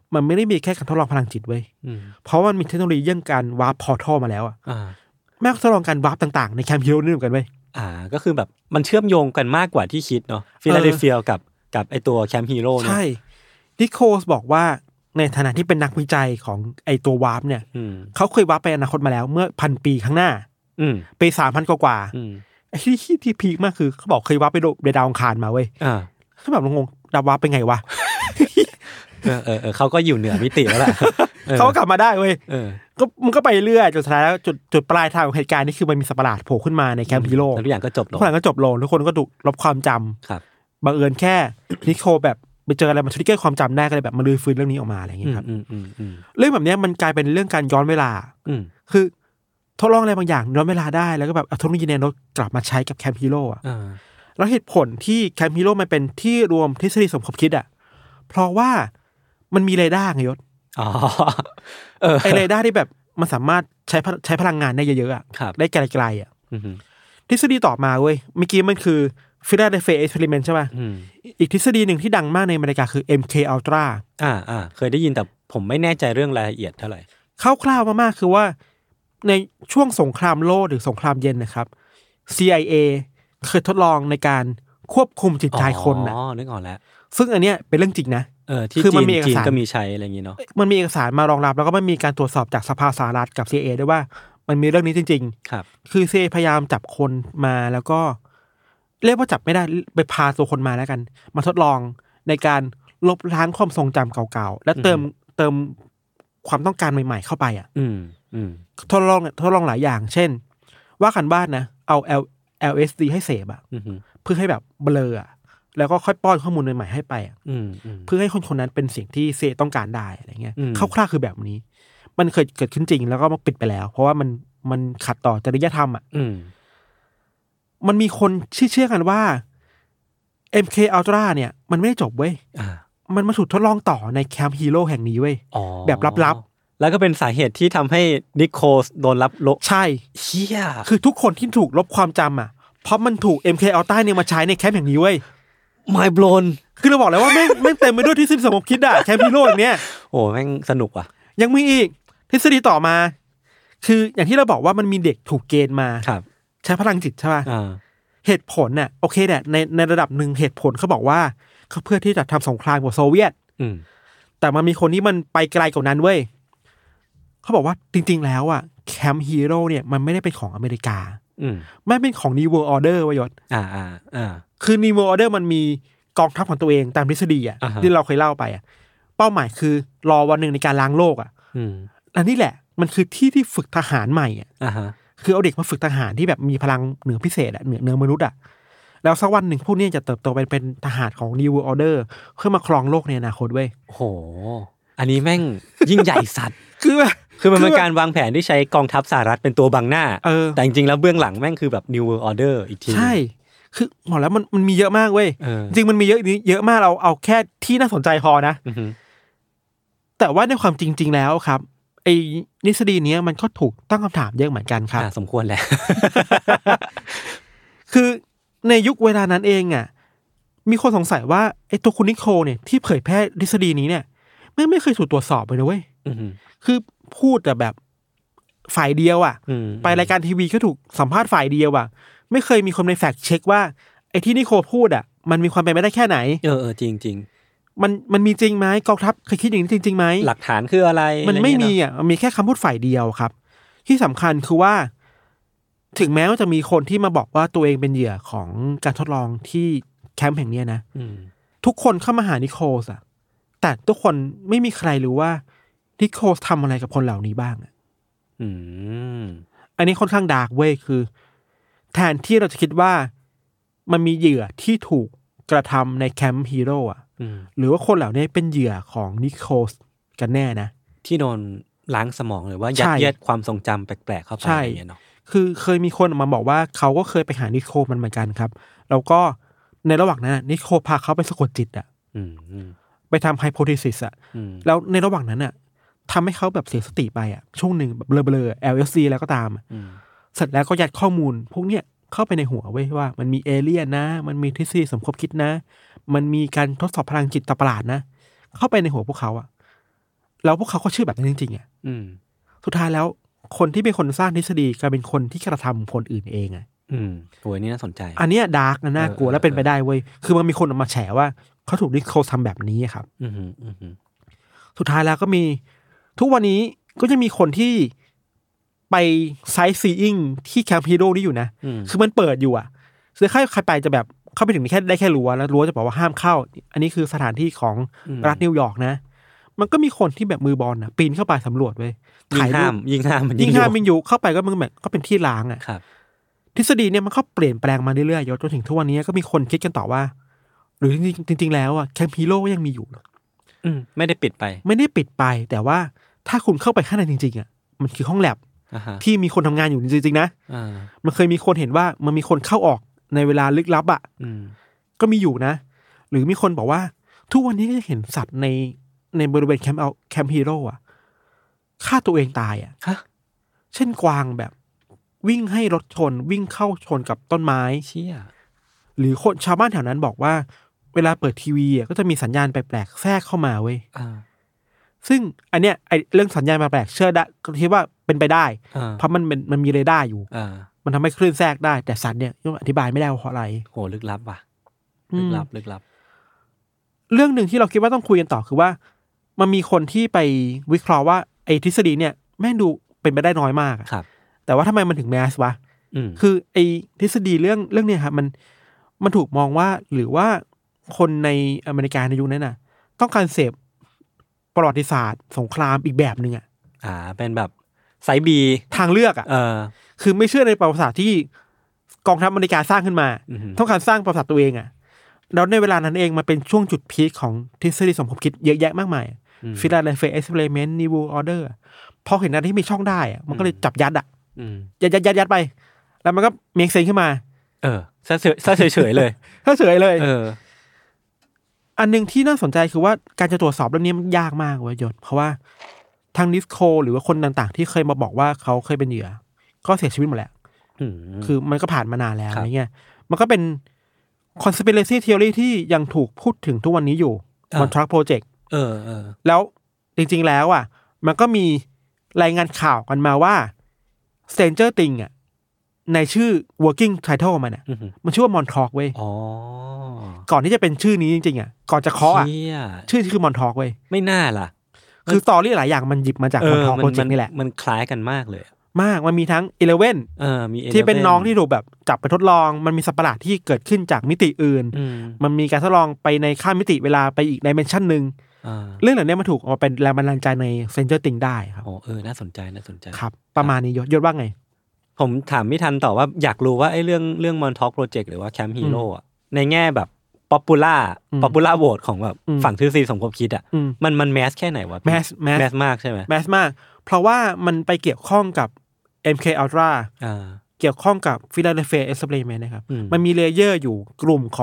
มันไม่ได้มีแค่การทดลองพลังจิตเว้ยเพราะมันมีเทคโนโลยีเรื่องการวาร์ปพอร์ทัลมาแล้วอ่ะแม้ทดลองการวาร์ปต่างๆในแคมป์ฮีโร่นี่เหมือนกันเว้ยอ่าก็คือแบบมันเชื่อมโยงกันมากกว่าที่คิดเนาะฟิลาเดลเฟียกับกับไอตัวแคมป์ฮีโร่เนี่ยใช่นิโคลส์บอกว่าในฐานะที่เป็นนักวิจัยของไอตัววาร์ปเนี่ยเขาเคยวาร์ปไปอนาคตมาแล้วเมื่อพันปีข้างหน้าปีสามพันกว่าไอ้ที่ที่พีคมากคือเขาบอกเคยวาร์ปไปไปดาวอังคารมาเว้ยเขาแบบงงดาววาร์ปเป็นไงวะเออเออเขาก็อยู่เหนือมิติแล้วแหละเขาก็กลับมาได้เว้ยก็มันก็ไปเรื่อยจนสุดท้ายแล้วจุดจุดปลายทางของเหตุการณ์นี่คือมันมีสัตว์ประหลาดโผล่ขึ้นมาในแคมป์ฮีโร่ทุกอย่างก็จบลงทุกอย่างก็จบลงทุกคนก็ถูกลบความจำครับบังเอิญแค่นิโคแบบไปเจออะไรมันทริกเกอร์ความจำได้ก็เลยแบบมาลื้อฟื้นเรื่องนี้ออกมาอะไรอย่างเงี้ยครับเรื่องแบบนี้มันกลายเป็นเรื่องการย้อนเวลาคือทดลองอะไรบางอย่างย้อนเวลาได้แล้วก็แบบเอาเทคโนโลยีแนโนกลับมาใช้กับแคมป์ฮีโร่อะแล้วเหตุผลที่แคมป์ฮีโร่มันเป็นที่รวมทฤษฎีสมคบคิดอะเพราะว่ามันมีเรดาร์ไงยศอ๋อไอเรดาร์ที่แบบมันสามารถใช้ใช้พลังงานได้เยอะๆอ่ะได้ไกลๆอ่ะทฤษฎีต่อมาเว้ยเมื่อกี้มันคือฟิลาเดลเฟียเอ็กซ์เพริเมนต์ใช่ป่ะอีกทฤษฎีหนึ่งที่ดังมากในอเมริกาคือ เอ็ม เค Ultra อ่าอ่าเคยได้ยินแต่ผมไม่แน่ใจเรื่องรายละเอียดเท่าไหร่คร่าวๆมากๆคือว่าในช่วงสงครามโลกหรือสงครามเย็นนะครับ ซี ไอ เอ เคยทดลองในการควบคุมจิตใจคนนะอ๋อนึกออกแล้วซึ่งอันเนี้ยเป็นเรื่องจริงนะเออที่จีนจีนก็มีใช้อะไรอย่างงี้เนาะมันมีเอกสารมารองรับแล้วก็มันมีการตรวจสอบจากสภาสหรัฐกับ ซี ไอ เอ ด้วยว่ามันมีเรื่องนี้จริงๆครับคือ ซี ไอ เอ พยายามจับคนมาแล้วก็เรียกว่าจับไม่ได้ไปพาตัวคนมาแล้วกันมาทดลองในการลบล้างความทรงจำเก่าๆและเติมเติมความต้องการใหม่ๆเข้าไปอ่ะอืมอืมทดลองทดลองหลายอย่างเช่นว่ากันบ้านนะเอา L แอล เอส ดี ให้เสพอ่ะเพื่อให้แบบเบลออ่ะแล้วก็ค่อยป้อนข้อมูลใหม่ๆให้ไปเพื่อให้คนคนนั้นเป็นสิ่งที่เซต้องการได้อะไรเงี้ยคร่าวๆคือแบบนี้มันเคยเกิดขึ้นจริงแล้วก็มาปิดไปแล้วเพราะว่ามันมันขัดต่อจริยธรรมอ่ะมันมีคนเชื่อกันว่า เอ็ม เค Ultra เนี่ยมันไม่ได้จบเว้ยมันมาถูกทดลองต่อในแคมป์ฮีโร่แห่งนี้เว้ยแบบลับๆแล้วก็เป็นสาเหตุที่ทำให้นิโคลโดนรับลบใช่เชี่ยคือทุกคนที่ถูกลบความจำอ่ะเพราะมันถูก เอ็ม เค Ultra เนี่ยมาใช้ในแคมป์แห่งนี้เว้ย mind blown คือเราบอกแล้วว่าแม่งแม่งเต็มไปด้วยทฤษฎีสมคบคิดอะแคมป์ฮีโร่อย่างเนี้ยโอ้แม่งสนุกว่ะยังมีอีกทฤษฎีต่อมาคืออย่างที่เราบอกว่ามันมีเด็กถูกเกณฑ์มาใช้พลังจิตใช่ป่ะเหตุผลน่ะโอเคแหละในในระดับหนึ่งเหตุผลเขาบอกว่าเขาเพื่อที่จะทำสงครามกับโซเวียตแต่มันมีคนที่มันไปไกลกว่านั้นเว้ยเขาบอกว่าจริงๆแล้วอ่ะแคมป์ฮีโร่เนี่ยมันไม่ได้เป็นของอเมริกาไม่เป็นของ New World Order วะยศอ่าอ่าอ่าคือ New World Order มันมีกองทัพของตัวเองตามทฤษฎีอ่ะที่เราเคยเล่าไปอ่ะเป้าหมายคือรอวันหนึ่งในการล้างโลกอ่ะอันนี้แหละมันคือที่ที่ฝึกทหารใหม่อ่ะคือเอาเด็กมาฝึกทหารที่แบบมีพลังเหนือพิเศษอ่ะเหนือเหนือมนุษย์อ่ะแล้วสักวันหนึ่งพวกนี้จะเติบโตเป็นเป็นทหารของ New World Order เพื่อมาครองโลกในอนาคตเว้ยโอ้โหอันนี้แม่งยิ่งใหญ่สัตว์คือคือมันเป็นการวางแผนที่ใช้กองทัพสหรัฐเป็นตัวบังหน้าแต่จริงๆแล้วเบื้องหลังแม่งคือแบบ New World Order อีกทีใช่คือบอกแล้วมันมันมีเยอะมากเว้ยจริงมันมีเยอะเยอะมากเราเอาแค่ที่น่าสนใจพอนะแต่ว่าในความจริงๆแล้วครับไอ้นิสดีนี้มันก็ถูกตั้งคำถามเยอะเหมือนกันครับสมควรแหละคือในยุคเวลานั้นเองอ่ะมีคนสงสัยว่าไอ้ตัวคุณนิโคลเนี่ยที่เผยแพร่ทฤษฎีนี้เนี่ยไม่ไม่เคยถูกตรวจสอบเลยนะเว้ยคือพูดแต่แบบฝ่ายเดียวอ่ะไปรายการทีวีก็ถูกสัมภาษณ์ฝ่ายเดียวอ่ะไม่เคยมีคนในแฟกต์เช็คว่าไอ้ที่นิโคลพูดอ่ะมันมีความเป็นไปได้แค่ไหนเออเออจริงจริงมันมันมีจริงไหมกองทัพเคยคิดอย่างนี้จริงๆไหมหลักฐานคืออะไรมันไม่มีอ่ะมันมีแค่คำพูดฝ่ายเดียวครับที่สำคัญคือว่าถึงแม้ว่าจะมีคนที่มาบอกว่าตัวเองเป็นเหยื่อของการทดลองที่แคมป์แห่งนี้นะทุกคนเข้ามาหานิโคลอ่ะแต่ทุกคนไม่มีใครรู้ว่านิโคลทำอะไรกับคนเหล่านี้บ้างอ่ะอันนี้ค่อนข้างดาร์กเว้ยคือแทนที่เราจะคิดว่ามันมีเหยื่อที่ถูกกระทำในแคมป์ฮีโร่อ่ะหรือว่าคนเหล่านี้เป็นเหยื่อของนิโคลกันแน่นะที่โดนล้างสมองหรือว่ายัดเยียดความทรงจำแปลกๆเข้าไปอย่างเงี้ยเนาะคือเคยมีคนออกมาบอกว่าเขาก็เคยไปหานิโคลมันเหมือนกันครับแล้วก็ในระหว่างนั้นนิโคลพาเขาไปสะกดจิตอ่ะไปทำไฮโพธีซิสอ่ะแล้วในระหว่างนั้นอ่ะทำให้เขาแบบเสียสติไปอ่ะช่วงหนึ่งแบบเบลอๆ แอล เอส ซี แล้วก็ตามเสร็จแล้วก็ยัดข้อมูลพวกเนี้ยเข้าไปในหัวไว้ว่ามันมีเอเลี่ยนนะมันมีทฤษฎีสมคบคิดนะมันมีการทดสอบพลังจิตประหลาดนะเข้าไปในหัวพวกเขาอ่ะแล้วพวกเขาก็เชื่อแบบนั้นจริงๆอ่ะสุดท้ายแล้วคนที่เป็นคนสร้างทฤษฎีกลายเป็นคนที่กระทำคนอื่นเองอ่ะอืมโอ้ยนี่น่าสนใจอันเนี้ยดาร์กน่ากลัวและเป็นไปได้เว้ยคือมันมีคนออกมาแฉว่าเขาถูกนิโคลทำแบบนี้ครับอืมอืมสุดท้ายแล้วก็มีทุกวันนี้ก็จะมีคนที่ไปไซต์ซีอิ้งที่แคมป์ฮีโร่นี่อยู่นะคือมันเปิดอยู่อ่ะคือใครใครไปจะแบบเข้าไปถึงแค่ได้แค่รั้วแล้วรั้วจะบอกว่าห้ามเข้าอันนี้คือสถานที่ของรัฐนิวยอร์กนะมันก็มีคนที่แบบมือบอลนะปีนเข้าไปสำรวจเว้ยยิงห้ามยิงห้ามมันยิงห้ามมันอยู่เข้าไปก็มึงแบบก็เป็นที่ล้างอ่ะทฤษฎีเนี่ยมันก็เปลี่ยนแปลงมาเรื่อยๆจนถึงทุกวันนี้ก็มีคนคิดกันต่อว่าหรือจริงๆแล้วอ่ะแคมป์ฮีโร่ยังมีอยู่อืมไม่ได้ปิดไปไม่ได้ปิดไปแต่ว่าถ้าคุณเข้าไปข้างในจริงๆอ่ะมันคือห้องแลบที่มีคนทำงานอยู่จริงๆนะมันเคยมีคนเห็นว่ามันมีคนเข้าออกในเวลาลึกลับอ่ะก็มีอยู่นะหรือมีคนบอกว่าทุกวันนี้ก็จะเห็นสัตว์ในในบริเวณแคมป์เอาแคมป์ฮีโร่อ่ะฆ่าตัวเองตายอ่ะเช่นกวางแบบวิ่งให้รถชนวิ่งเข้าชนกับต้นไม้เชี่ยหรือคนชาวบ้านแถวนั้นบอกว่าเวลาเปิดทีวีอ่ะก็จะมีสัญญาณแปลกๆแทรกเข้ามาเว้ยซึ่งอันเนี้ยไอเรื่องสัญญาณแปลกๆเชื่อได้ก็คิดว่าเป็นไปได้เพราะมันเป็นมันมีเรดาร์อยู่มันทำให้คลื่นแทรกได้แต่สัตว์เนี่ยยังอธิบายไม่ได้ว่าเพราะอะไรโหลึกลับว่ะลึกลับลึกลับเรื่องหนึ่งที่เราคิดว่าต้องคุยกันต่อคือว่ามันมีคนที่ไปวิเคราะห์ว่าไอ้ทฤษฎีเนี่ยแม่งดูเป็นไปได้น้อยมากครับแต่ว่าทำไมมันถึงแมสวะคือไอ้ทฤษฎีเรื่องเรื่องเนี้ยครับมันมันถูกมองว่าหรือว่าคนในอเมริกาในยุคนั้นน่ะต้องการเสพประวัติศาสตร์สงครามอีกแบบนึงอ่ะอ่าเป็นแบบไซบีทางเลือกอ่ะเออคือไม่เชื่อในประวัติศาสตร์ที่กองทัพอเมริกาสร้างขึ้นมาต้องการสร้างประวัติศาสตร์ตัวเองอ่ะแล้วในเวลานั้นเองมันเป็นช่วงจุดพีคของทฤษฎีสมคบคิดเยอะแยะมากมายฟิลาเดลเฟียเอ็กซ์เพริเมนต์นิวออเดอร์พอเห็นอะไรที่มีช่องได้อ่ะมันก็เลยจับยัดอ่ะยัดยัดยัดยัดไปแล้วมันก็เมคเซนขึ้นมาเออซะเฉยซะเฉยเลยซะเฉยเลยเอออันนึงที่น่าสนใจคือว่าการจะตรวจสอบเรื่องนี้มันยากมากเว้ยยศเพราะว่าทางนิสโคหรือว่าคนต่างๆที่เคยมาบอกว่าเขาเคยเป็นเหยื่อก็เสียชีวิตหมดแล้วคือมันก็ผ่านมานานแล้วอะไรเงี้ยมันก็เป็น conspiracy theory ที่ยังถูกพูดถึงทุกวันนี้อยู่ Montauk Project เออเออแล้วจริงๆแล้วอ่ะมันก็มีรายงานข่าวกันมาว่า Stranger Things อ่ะในชื่อ working title มันอ่ะมันชื่อว่า Montauk เว้ยอ๋อก่อนที่จะเป็นชื่อนี้จริงๆอ่ะก่อนจะเคาะอ่ะชื่อคือ Montauk เว้ยไม่น่าล่ะคือสตอรี่หลายอย่างมันหยิบมาจาก Montauk Project นี่แหละมันคล้ายกันมากเลยมากมันมีทั้ง Eleven เออมีที่เป็นน้องที่ถูกแบบจับไปทดลองมันมีสัตว์ประหลาดที่เกิดขึ้นจากมิติอื่นมันมีการทดลองไปในข้ามมิติเวลาไปอีก dimension นึงเรื่องเหล่านี้มันถูกเอามาเป็นแรงบันดาลใจใน Stranger Things ได้ครับอ๋อเออน่าสนใจน่าสนใจครับประมาณนี้ยศยศว่าไงผมถามไม่ทันต่อว่าอยากรู้ว่าไอ้เรื่องเรื่อง Montauk Project หรือว่า Camp Hero อ่ะในแง่แบบ popular popular vote ของแบบฝั่งทฤษฎีสมคบคิดอ่ะมันมันแมสแค่ไหนวะแมสแมสมากใช่ไหมแมสมากเพราะว่ามันไปเกี่ยวข้องกับ เอ็ม เค Ultra อ่าเกี่ยวข้องกับ Philadelphia Experiment นะครับมันมีเลเยอร์อยู่กลุ่มของ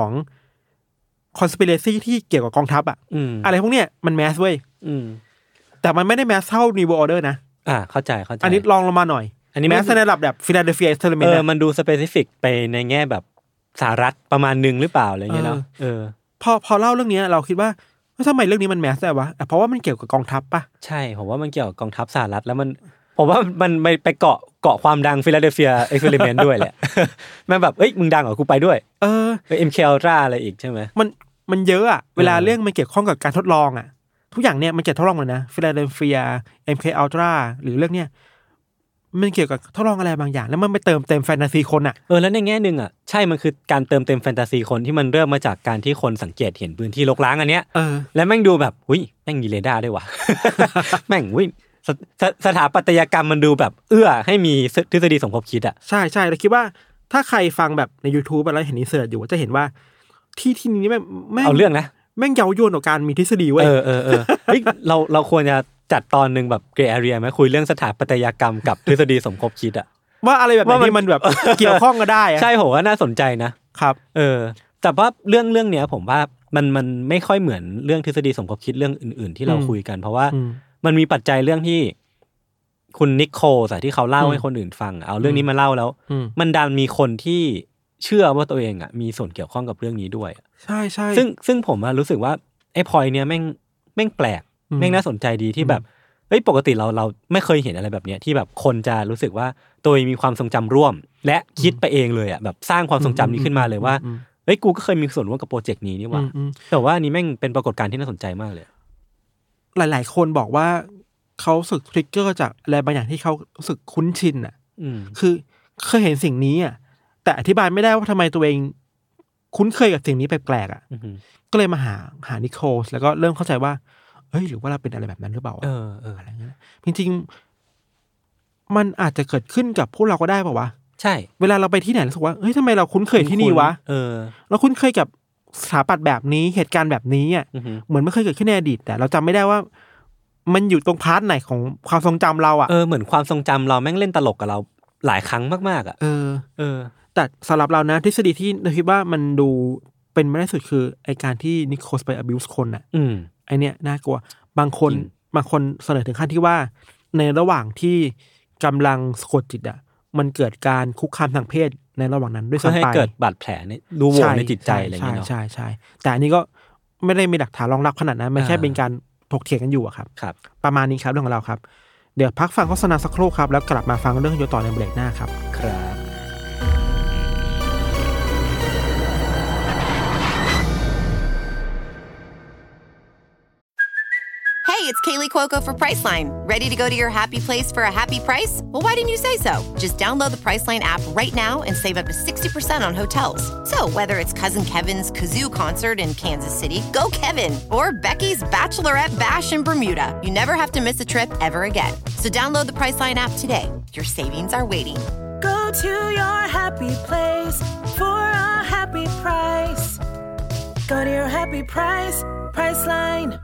conspiracy ที่เกี่ยวกับกองทัพอ่ะอะไรพวกเนี้ยมันแมสเว้ยแต่มันไม่ได้แมสเท่า New World Order นะอ่าเข้าใจเข้าใจอันนี้ลองลงมาหน่อยอันนี้แมสในระดับแบบ Philadelphia Experiment เออมันดู specific ไปในแง่แบบสหรัฐประมาณนึงหรือเปล่าอะไรเงี้ยเนาะเออพอพอเล่าเรื่องนี้เราคิดว่าทำไมเรื่องนี้มันแมสได้วะเพราะว่ามันเกี่ยวกับกองทัพป่ะใช่ผมว่ามันเกี่ยวกับกองทัพสหรัฐแล้วมันผมว่ามันไปเกาะเกาะความดัง Philadelphia Experiment ด้วยแหละมันแบบเอ้ยมึงดังเหรอกูไปด้วยเออเอ็ม เค Ultra อะไรอีกใช่ไหมมันมันเยอะอ่ะเวลาเรื่องมันเกี่ยวข้องกับการทดลองอ่ะทุกอย่างเนี่ยมันเกี่ยวทดลองเลยนะ Philadelphia เอ็ม เค Ultra หรือเรื่องเนี้ยมันเกี่ยวกับทดลองอะไรบางอย่างแล้วมันไปเติมเต็มแฟนตาซีคนอ่ะเออแล้วในแง่นึงอ่ะใช่มันคือการเติมเต็มแฟนตาซีคนที่มันเริ่มมาจากการที่คนสังเกตเห็นพื้นที่รกร้างอันเนี้ยเออแล้วแม่งดูแบบหุ้ยแม่งมีเรดาร์ด้วยว่ะ แม่งหุ้ยส, ส, สถาปัตยกรรมมันดูแบบเอื้อให้มีทฤษฎีสมคบคิดอ่ะใช่ใช่เราคิดว่าถ้าใครฟังแบบใน YouTube แล้วเห็นอินเสิร์ตอยู่จะเห็นว่าที่ที่นี้แม่งเอาเรื่องนะแม่งเย้ายวนต่อการมีทฤษฎีเว้ยเออเออเออเฮ้ยเราเราควรจะจัดตอนนึงแบบเกรย์แอเรียมั้ยคุยเรื่องสถาปัตยกรรมกับทฤษฎีสมคบคิดอ่ะว่าอะไรแบบนี้มันแบบเกี่ยวข้องกันได้ใช่ผมว่าน่าสนใจนะครับเออแต่ว่าเรื่องเรื่องเนี้ยผมว่ามันมันไม่ค่อยเหมือนเรื่องทฤษฎีสมคบคิดเรื่องอื่นๆที่เราคุยกันเพราะว่ามันมีปัจจัยเรื่องที่คุณนิโคลที่เขาเล่าให้คนอื่นฟังเอาเรื่องนี้มาเล่าแล้วมันดันมีคนที่เชื่อว่าตัวเองอ่ะมีส่วนเกี่ยวข้องกับเรื่องนี้ด้วยใช่ใช่ซึ่งซึ่งผมรู้สึกว่าไอ้พอยต์เนี้ยแม่งแม่งแปลกแม่งน่าสนใจดีที่แบบเฮ้ยปกติเราเราไม่เคยเห็นอะไรแบบเนี้ยที่แบบคนจะรู้สึกว่าตัวมีความทรงจำร่วมและคิดไปเองเลยอ่ะแบบสร้างความทรงจำนี้ขึ้นมาเลยว่าเฮ้ยกูก็เคยมีส่วนร่วมกับโปรเจกต์นี้นี่หว่าแต่ว่านี่แม่งเป็นปรากฏการณ์ที่น่าสนใจมากเลยหลายๆคนบอกว่าเขาสึกทริกเกอร์จากอะไรบางอย่างที่เขารู้สึกคุ้นชินอ่ะคือเคยเห็นสิ่งนี้อ่ะแต่อธิบายไม่ได้ว่าทำไมตัวเองคุ้นเคยกับสิ่งนี้แปลกๆอ่ะก็เลยมาหาหานิโคลแล้วก็เริ่มเข้าใจว่าเฮ้ยหรือว่าเราเป็นอะไรแบบนั้นหรือเปล่าเออเอออะไรเงี้ยจริงๆมันอาจจะเกิดขึ้นกับพวกเราก็ได้ป่าววะใช่เวลาเราไปที่ไหนรู้สึกว่าเฮ้ยทำไมเราคุ้นเคยที่นี่วะเออเราคุ้นเคยกับสถาปัตย์แบบนี้เหตุการณ์แบบนี้อ่ะเหมือนไม่เคยเกิดขึ้นในอดีตแต่เราจำไม่ได้ว่ามันอยู่ตรงพาร์ทไหนของความทรงจำเราอ่ะเออเหมือนความทรงจำเราแม่งเล่นตลกกับเราหลายครั้งมากๆอ่ะเออเออแต่สำหรับเรานะทฤษฎีที่เราคิดว่ามันดูเป็นไม่ได้สุดคือไอการที่นิโคลไป abuse คนอ่ะไอเนี้ยน่ากลัวบางคนบางคนเสนอถึงขั้นที่ว่าในระหว่างที่กำลังสะกดจิตอ่ะมันเกิดการคุกคามทางเพศในระหว่างนั้นด้วยซ้ำไปให้เกิดบาดแผลในดูโหว่ในจิตใจอะไรอย่างเงี้ยเนาะใช่ใช่แต่อันนี้ก็ไม่ได้มีหลักฐานรองรับขนาดนั้นมันแค่เป็นการถกเถียงกันอยู่อะครับครับประมาณนี้ครับเรื่องของเราครับเดี๋ยวพักฟังโฆษณาสักครู่ครับแล้วกลับมาฟังเรื่องโยต่อในเบรกหน้าครับครับ Hey, it's Kaylee Cuoco for Priceline. Ready to go to your happy place for a happy price? Well, why didn't you say so? Just download the Priceline app right now and save up to sixty percent on hotels. So whether it's Cousin Kevin's Kazoo Concert in Kansas City, go Kevin, or Becky's Bachelorette Bash in Bermuda, you never have to miss a trip ever again. So download the Priceline app today. Your savings are waiting. Go to your happy place for a happy price. Go to your happy price, Priceline.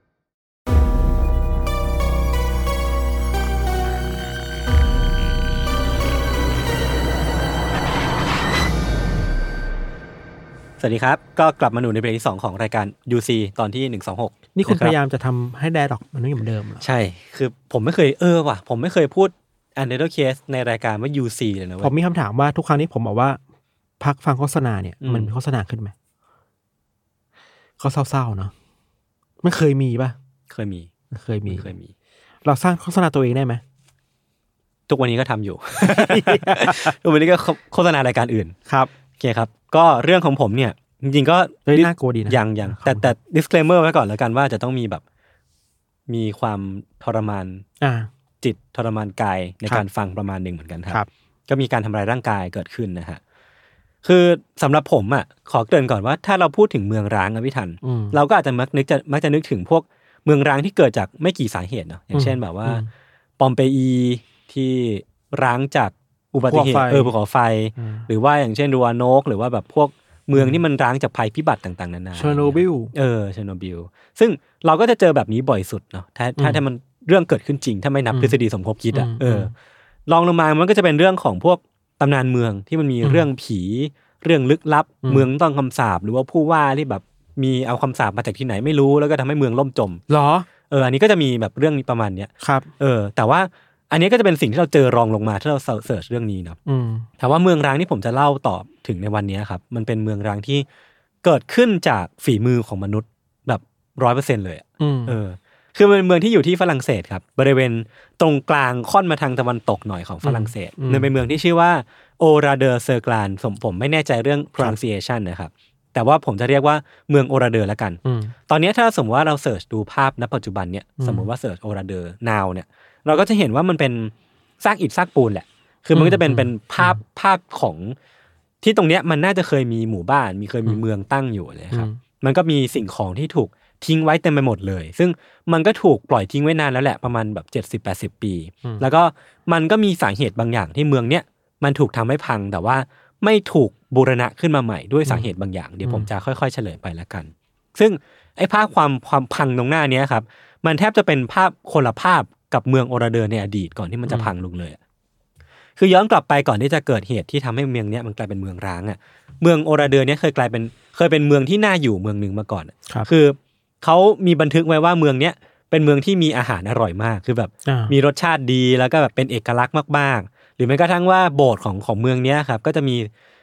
สวัสดีครับก็กลับมาอยู่ในเบรกที่สองของรายการ ยู ซี ตอนที่หนึ่งสองหกนี่คุณพยายามจะทำให้ไดอะล็อกมันไม่เหมือนเดิมเหรอใช่คือผมไม่เคยเออว่ะผมไม่เคยพูด Another Case ในรายการว่า ยู ซี เลยนะเว้ยผมมีคำถามว่าทุกครั้งที่ผมบอกว่าพักฟังโฆษณาเนี่ยมันมีโฆษณาขึ้นไหมก็เศร้าๆเนาะไม่เคยมีป่ะเคยมีเคยมีเคยมีเราสร้างโฆษณาตัวเองได้ไหมทุกวันนี้ก็ทำอยู่ ทุกวันนี้ก็โฆษณารายการอื่นครับโอเคครับก็เรื่องของผมเนี่ยจริงๆก็น่ากลัวดีนะยังยังแต่แต่ disclaimer ไว้ก่อนแล้วกันว่าจะต้องมีแบบมีความทรมานจิตทรมานกายในการฟังประมาณหนึ่งเหมือนกันครับก็มีการทำลายร่างกายเกิดขึ้นนะฮะคือสำหรับผมอ่ะขอเกริ่นก่อนว่าถ้าเราพูดถึงเมืองร้างอะพี่ทันเราก็อาจจะมักนึกจะมักจะนึกถึงพวกเมืองร้างที่เกิดจากไม่กี่สาเหตุเนาะอย่างเช่นแบบว่าปอมเปอีที่ร้างจากอุบัติเหตุเออภูเขาไฟหรือว่าอย่างเช่นรัวโนกหรือว่าแบบพวกเมืองที่มันร้างจากภัยพิบัติต่างๆนานาเชอร์โนบิลเออเชอร์โนบิลซึ่งเราก็จะเจอแบบนี้บ่อยสุดเนาะถ้าถ้าถ้ามันเรื่องเกิดขึ้นจริงถ้าไม่นับทฤษฎีสมคบคิดอ่ะเออลองลงมามันก็จะเป็นเรื่องของพวกตำนานเมืองที่มันมีเรื่องผีเรื่องลึกลับเมืองต้องคำสาปหรือว่าผู้ว่าที่แบบมีเอาคำสาปมาจากที่ไหนไม่รู้แล้วก็ทำให้เมืองล่มจมหรอเอออันนี้ก็จะมีแบบเรื่องนี้ประมาณเนี้ยครับเออแต่ว่าอันนี้ก็จะเป็นสิ่งที่เราเจอรองลงมาถ้าเราเสิร์ชเรื่องนี้เนาะแต่ว่าเมืองร้างที่ผมจะเล่าต่อถึงในวันนี้ครับมันเป็นเมืองร้างที่เกิดขึ้นจากฝีมือของมนุษย์แบบ ร้อยเปอร์เซ็นต์ เลยเออคือมันเป็นเมืองที่อยู่ที่ฝรั่งเศสครับบริเวณตรงกลางค่อนมาทางตะวันตกหน่อยของฝรั่งเศสมันเป็นเมืองที่ชื่อว่าโอราเดอร์เซอร์กลานผมผมไม่แน่ใจเรื่อง pronunciation นะครับแต่ว่าผมจะเรียกว่าเมืองโอราเดอร์ละกันตอนนี้ถ้าสมมติว่าเราเสิร์ชดูภาพณปัจจุบันเนี่ยสมมติว่าเสิร์ชโอราเดอร์ now เนี่ยเราก็จะเห็นว่ามันเป็นซากอิฐซากปูนแหละคือมันก็จะเป็นเป็นภาพภาพของที่ตรงเนี้ยมันน่าจะเคยมีหมู่บ้านมีเคยมีเมืองตั้งอยู่เลยครับมันก็มีสิ่งของที่ถูกทิ้งไว้เต็มไปหมดเลยซึ่งมันก็ถูกปล่อยทิ้งไว้นานแล้วแหละประมาณแบบเจ็ดสิบ แปดสิบปีแล้วก็มันก็มีสาเหตุบางอย่างที่เมืองเนี้ยมันถูกทำให้พังแต่ว่าไม่ถูกบูรณะขึ้นมาใหม่ด้วยสาเหตุบางอย่างเดี๋ยวผมจะค่อยๆเฉลยไปแล้วกันซึ่งไอ้ภาพความความพังตรงหน้านี้ครับมันแทบจะเป็นภาพคนละภาพกับเมืองโอราเดอร์ในอดีตก่อนที่มันจะพังลงเลยคือย้อนกลับไปก่อนที่จะเกิดเหตุที่ทำให้เมืองนี้มันกลายเป็นเมืองร้างอ่ะเมืองโอราเดอร์เนี่ยเคยกลายเป็นเคยเป็นเมืองที่น่าอยู่เมืองนึงมาก่อนคือเขามีบันทึกไว้ว่าเมืองเนี้ยเป็นเมืองที่มีอาหารอร่อยมากคือแบบมีรสชาติดีแล้วก็แบบเป็นเอกลักษณ์มากๆหรือแม้กระทั่งว่าโบสถ์ของของเมืองเนี้ยครับก็จะมี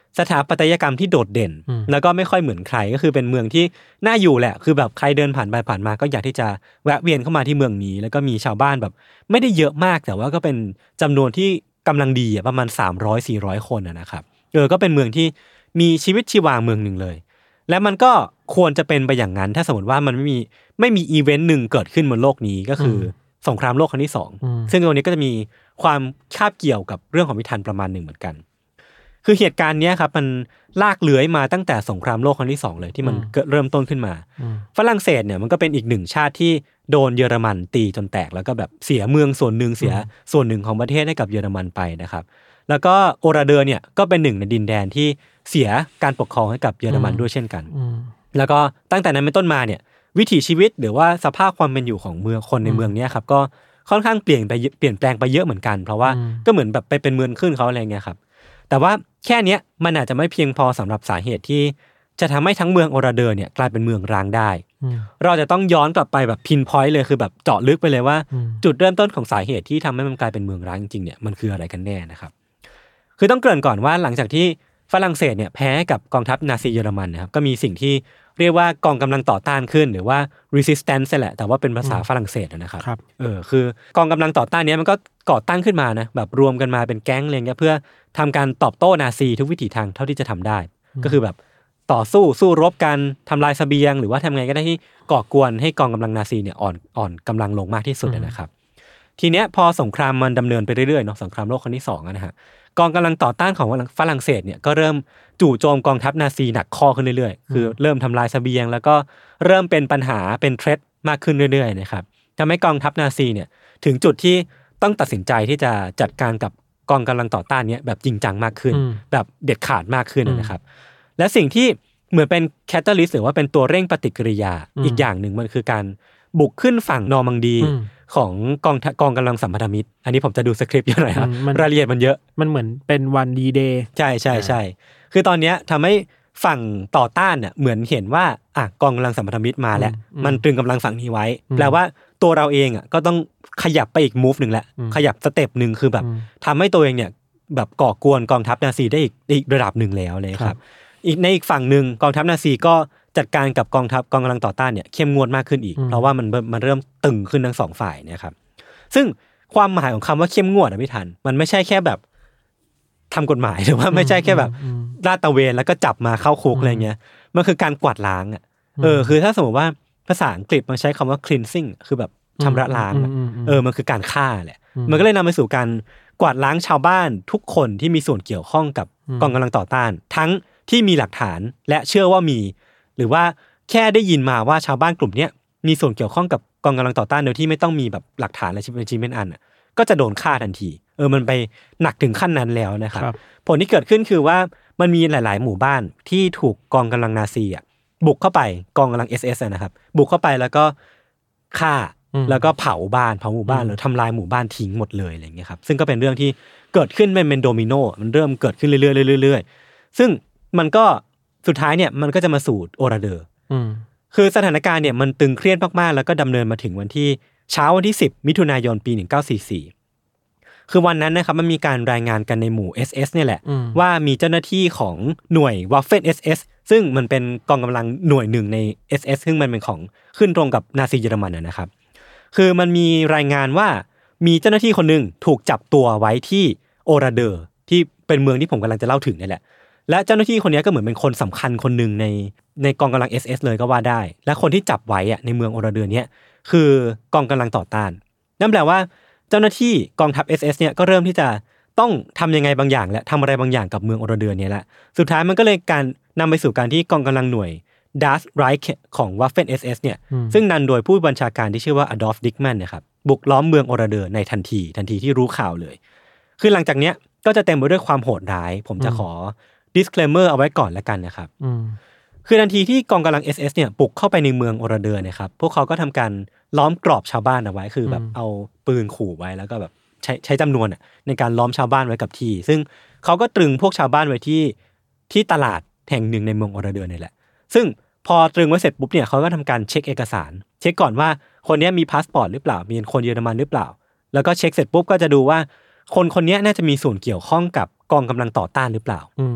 สถาปัตยกรรมที่โดดเด่นแล้วก็ไม่ค่อยเหมือนใครก็คือเป็นเมืองที่น่าอยู่แหละคือแบบใครเดินผ่านไปผ่านมาก็อยากที่จะแวะเวียนเข้ามาที่เมืองนี้แล้วก็มีชาวบ้านแบบไม่ได้เยอะมากแต่ว่าก็เป็นจำนวนที่กำลังดีอ่ะประมาณสามร้อย สี่ร้อยคนอ่ะนะครับเออก็เป็นเมืองที่มีชีวิตชีวาเมืองนึงเลยและมันก็ควรจะเป็นไปอย่างนั้นถ้าสมมติว่ามันไม่มีไม่มีอีเวนต์นึงเกิดขึ้นบนโลกนี้ก็คือสงครามโลกครั้งที่สองซึ่งตรงนี้ก็จะมีความคาบเกี่ยวกับเรื่องของนิทานประมาณหนึ่งเหมือนกันคือเหตุการณ์นี้ครับมันลากเลื้อยมาตั้งแต่สงครามโลกครั้งที่สองเลยที่มันเริ่มต้นขึ้นมาฝรั่งเศสเนี่ยมันก็เป็นอีกหนึ่งชาติที่โดนเยอรมันตีจนแตกแล้วก็แบบเสียเมืองส่วนหนึ่งเสียส่วนหนึ่งของประเทศให้กับเยอรมันไปนะครับแล้วก็โอราเดอร์เนี่ยก็เป็นหนึ่งในดินแดนที่เสียการปกครองให้กับเยอรมันด้วยเช่นกันแล้วก็ตั้งแต่นั้นเป็นต้นมาเนี่ยวิถีชีวิตหรือว่าสภาพความเป็นอยู่ของเมืองคนในเมืองนี้ครับก็ค่อนข้างเปลี่ยนไปเปลี่ยนแปลงไปเยอะเหมือนกันเพราะว่าก็เหมือนแบบไปเป็นเมืองขึ้นเขาอะไรเงี้ยครับแต่ว่าแค่นี้มันอาจจะไม่เพียงพอสำหรับสาเหตุที่จะทำให้ทั้งเมืองโอราเดอร์เนี่ยกลายเป็นเมืองร้างได้เราจะต้องย้อนกลับไปแบบพินพอยต์เลยคือแบบเจาะลึกไปเลยว่าจุดเริ่มต้นของสาเหตุที่ทำให้มันกลายเป็นเมืองร้างจริงๆเนี่ยมันคืออะไรกันแน่นะครับคือต้องเกริ่นก่อนว่าหลังจากที่ฝรั่งเศสเนี่ยแพ้กับกองทัพนาซีเยอรมันนะครับก็มีสิ่งที่เรียกว่ากองกำลังต่อต้านขึ้นหรือว่า resistance แหละแต่ว่าเป็นภาษาฝรั่งเศสนะครับเออคือกองกำลังต่อต้านนี้มันก็ก่อตั้งขึ้นมานะแบบรวมกันมาเป็นแก๊งอะไรเงี้ยเพื่อทำการตอบโต้นาซีทุกวิถีทางเท่าที่จะทำได้ก็คือแบบต่อสู้สู้รบกันทำลายเสบียงหรือว่าทำไงก็ได้ที่ก่อกวนให้กองกำลังนาซีเนี่ยอ่อนอ่อนกำลังลงมากที่สุดนะครับทีเนี้ยพอสงครามมันดำเนินไปเรื่อยๆเนาะสงครามโลกครั้งที่สองนะฮะกองกำลังต่อต้านของฝรั่งเศสเนี่ยก็เริ่มจู่โจมกองทัพนาซีหนักข้อขึ้นเรื่อยๆคือเริ่มทำลายเสบียงแล้วก็เริ่มเป็นปัญหาเป็นเทรดมากขึ้นเรื่อยๆนะครับทำให้กองทัพนาซีเนี่ยถึงจุดที่ต้องตัดสินใจที่จะจัดการกับกองกำลังต่อต้านเนี้ยแบบจริงจังมากขึ้นแบบเด็ดขาดมากขึ้นนะครับและสิ่งที่เหมือนเป็นแคตาลิสต์หรือว่าเป็นตัวเร่งปฏิกิริยาอีกอย่างหนึ่งมันคือการบุกขึ้นฝั่งนอร์มังดีของกองกองกำลังสัมพันธมิตรอันนี้ผมจะดูสคริปต์อยู่หน่อยครับรายละเอียดมันเยอะมันเหมือนเป็นวันดีเดย์ใช่ใช่ใช่คือตอนนี้ทำให้ฝั่งต่อต้านเนี่ยเหมือนเห็นว่าอ่ะกองกำลังสัมพันธมิตรมาแล้วมันตรึงกำลังฝั่งนี้ไว้แปลว่าตัวเราเองอ่ะก็ต้องขยับไปอีกมูฟหนึ่งแหละขยับสเต็ปหนึ่งคือแบบทำให้ตัวเองเนี่ยแบบก่อกวนกองทัพนาซีได้อีกอีกระดับหนึ่งแล้วเลยครับอีกในอีกฝั่งหนึ่งกองทัพนาซีก็จัดการกับกองทัพกองกำลังต่อต้านเนี่ยเข้มงวดมากขึ้นอีกเพราะว่ามันมันเริ่มตึงขึ้นทั้งสองฝ่ายเนี่ยครับซึ่งความหมายของคำว่าเข้มงวดนะพี่ทันมันไม่ใช่แค่แบบทำกฎหมายหรือว่าไม่ใช่แค่แบบลาดตระเวนแล้วก็จับมาเข้าคุกอะไรเงี้ยมันคือการกวาดล้างอ่ะเออคือถ้าสมมติว่าภาษาอังกฤษมันใช้คำว่า cleansing คือแบบชำระล้างเออมันคือการฆ่าแหละมันก็เลยนำไปสู่การกวาดล้างชาวบ้านทุกคนที่มีส่วนเกี่ยวข้องกับกองกำลังต่อต้านทั้งที่มีหลักฐานและเชื่อว่ามีหรือว่าแค่ได้ยินมาว่าชาวบ้านกลุ่มเนี้ยมีส่วนเกี่ยวข้องกับกองกำลังต่อต้านโดยที่ไม่ต้องมีแบบหลักฐานอะไรชิ้นเป็นอันอ่ะก็จะโดนฆ่าทันทีเออมันไปหนักถึงขั้นนั้นแล้วนะครับผลที่เกิดขึ้นคือว่ามันมีหลายๆหมู่บ้านที่ถูกกองกำลังนาซีอ่ะบุกเข้าไปกองกำลัง เอส เอส นะครับบุกเข้าไปแล้วก็ฆ่าแล้วก็เผาบ้านเผาหมู่บ้านหรือทำลายหมู่บ้านทิ้งหมดเลยอะไรอย่างเงี้ยครับซึ่งก็เป็นเรื่องที่เกิดขึ้นเป็นเป็นโดมิโนมันเริ่มเกิดขึ้นเรื่อยๆเรื่อยๆซึ่งมันก็สุดท้ายเนี่ยมันก็จะมาสู่โอราเดอร์คือสถานการณ์เนี่ยมันตึงเครียดมากๆแล้วก็ดำเนินมาถึงวันที่เช้าวันที่สิบมิถุนายนปีหนึ่งพันเก้าร้อยสี่สิบสี่คือวันนั้นนะครับมันมีการรายงานกันในหมู่ เอส เอส เนี่ยแหละว่ามีเจ้าหน้าที่ของหน่วย Waffen เอส เอส ซึ่งมันเป็นกองกำลังหน่วยหนึ่งใน เอส เอส ซึ่งมันเป็นของขึ้นตรงกับนาซีเยอรมันนะครับคือมันมีรายงานว่ามีเจ้าหน้าที่คนนึงถูกจับตัวไว้ที่โอราเดอร์ที่เป็นเมืองที่ผมกำลังจะเล่าถึงนี่แหละและเจ้าหน้าที่คนนี้ก็เหมือนเป็นคนสำคัญคนหนึ่งในในกองกำลัง เอส เอส เลยก็ว่าได้และคนที่จับไว้อะในเมืองโอราเดอร์เนี่ยคือกองกำลังต่อต้านนั่นแปลว่าเจ้าหน้าที่กองทัพ เอส เอส เนี่ยก็เริ่มที่จะต้องทำยังไงบางอย่างและทำอะไรบางอย่างกับเมืองโอราเดอร์เนี่ยแหละสุดท้ายมันก็เลยการนำไปสู่การที่กองกำลังหน่วย Das Reich ของ Waffen เอส เอส เนี่ยซึ่งนำโดยผู้บัญชาการที่ชื่อว่า Adolf Dickmann นะครับบุกล้อมเมืองโอราเดอร์ในทันทีทันทีที่รู้ข่าวเลยคือหลังจากเนี้ยก็จะเต็มไปด้วยความโหดร้ายผมจะขอ disclaimer เอาไว้ก่อนแล้วกันนะครับคือทันทีที่กองกำลัง เอส เอส เนี่ยบุกเข้าไปในเมืองโอราเดอร์นะครับพวกเขาก็ทำการล้อมกรอบชาวบ้านเอาไว้คือแบบเอาปืนขู่ไว้แล้วก็แบบใช้ใช้จำนวนอ่ะในการล้อมชาวบ้านไว้กับที่ซึ่งเขาก็ตรึงพวกชาวบ้านไว้ที่ที่ตลาดแห่งหนึ่งในเมืองโอราเดอร์นี่แหละซึ่งพอตรึงไว้เสร็จปุ๊บเนี่ยเขาก็ทำการเช็คเอกสารเช็คก่อนว่าคนนี้มีพาสปอร์ตหรือเปล่ามีคนเยอรมันหรือเปล่าแล้วก็เช็คเสร็จปุ๊บก็จะดูว่าคนคนนี้น่าจะมีส่วนเกี่ยวข้องกับกองกำลังต่อต้านหรือเปล่า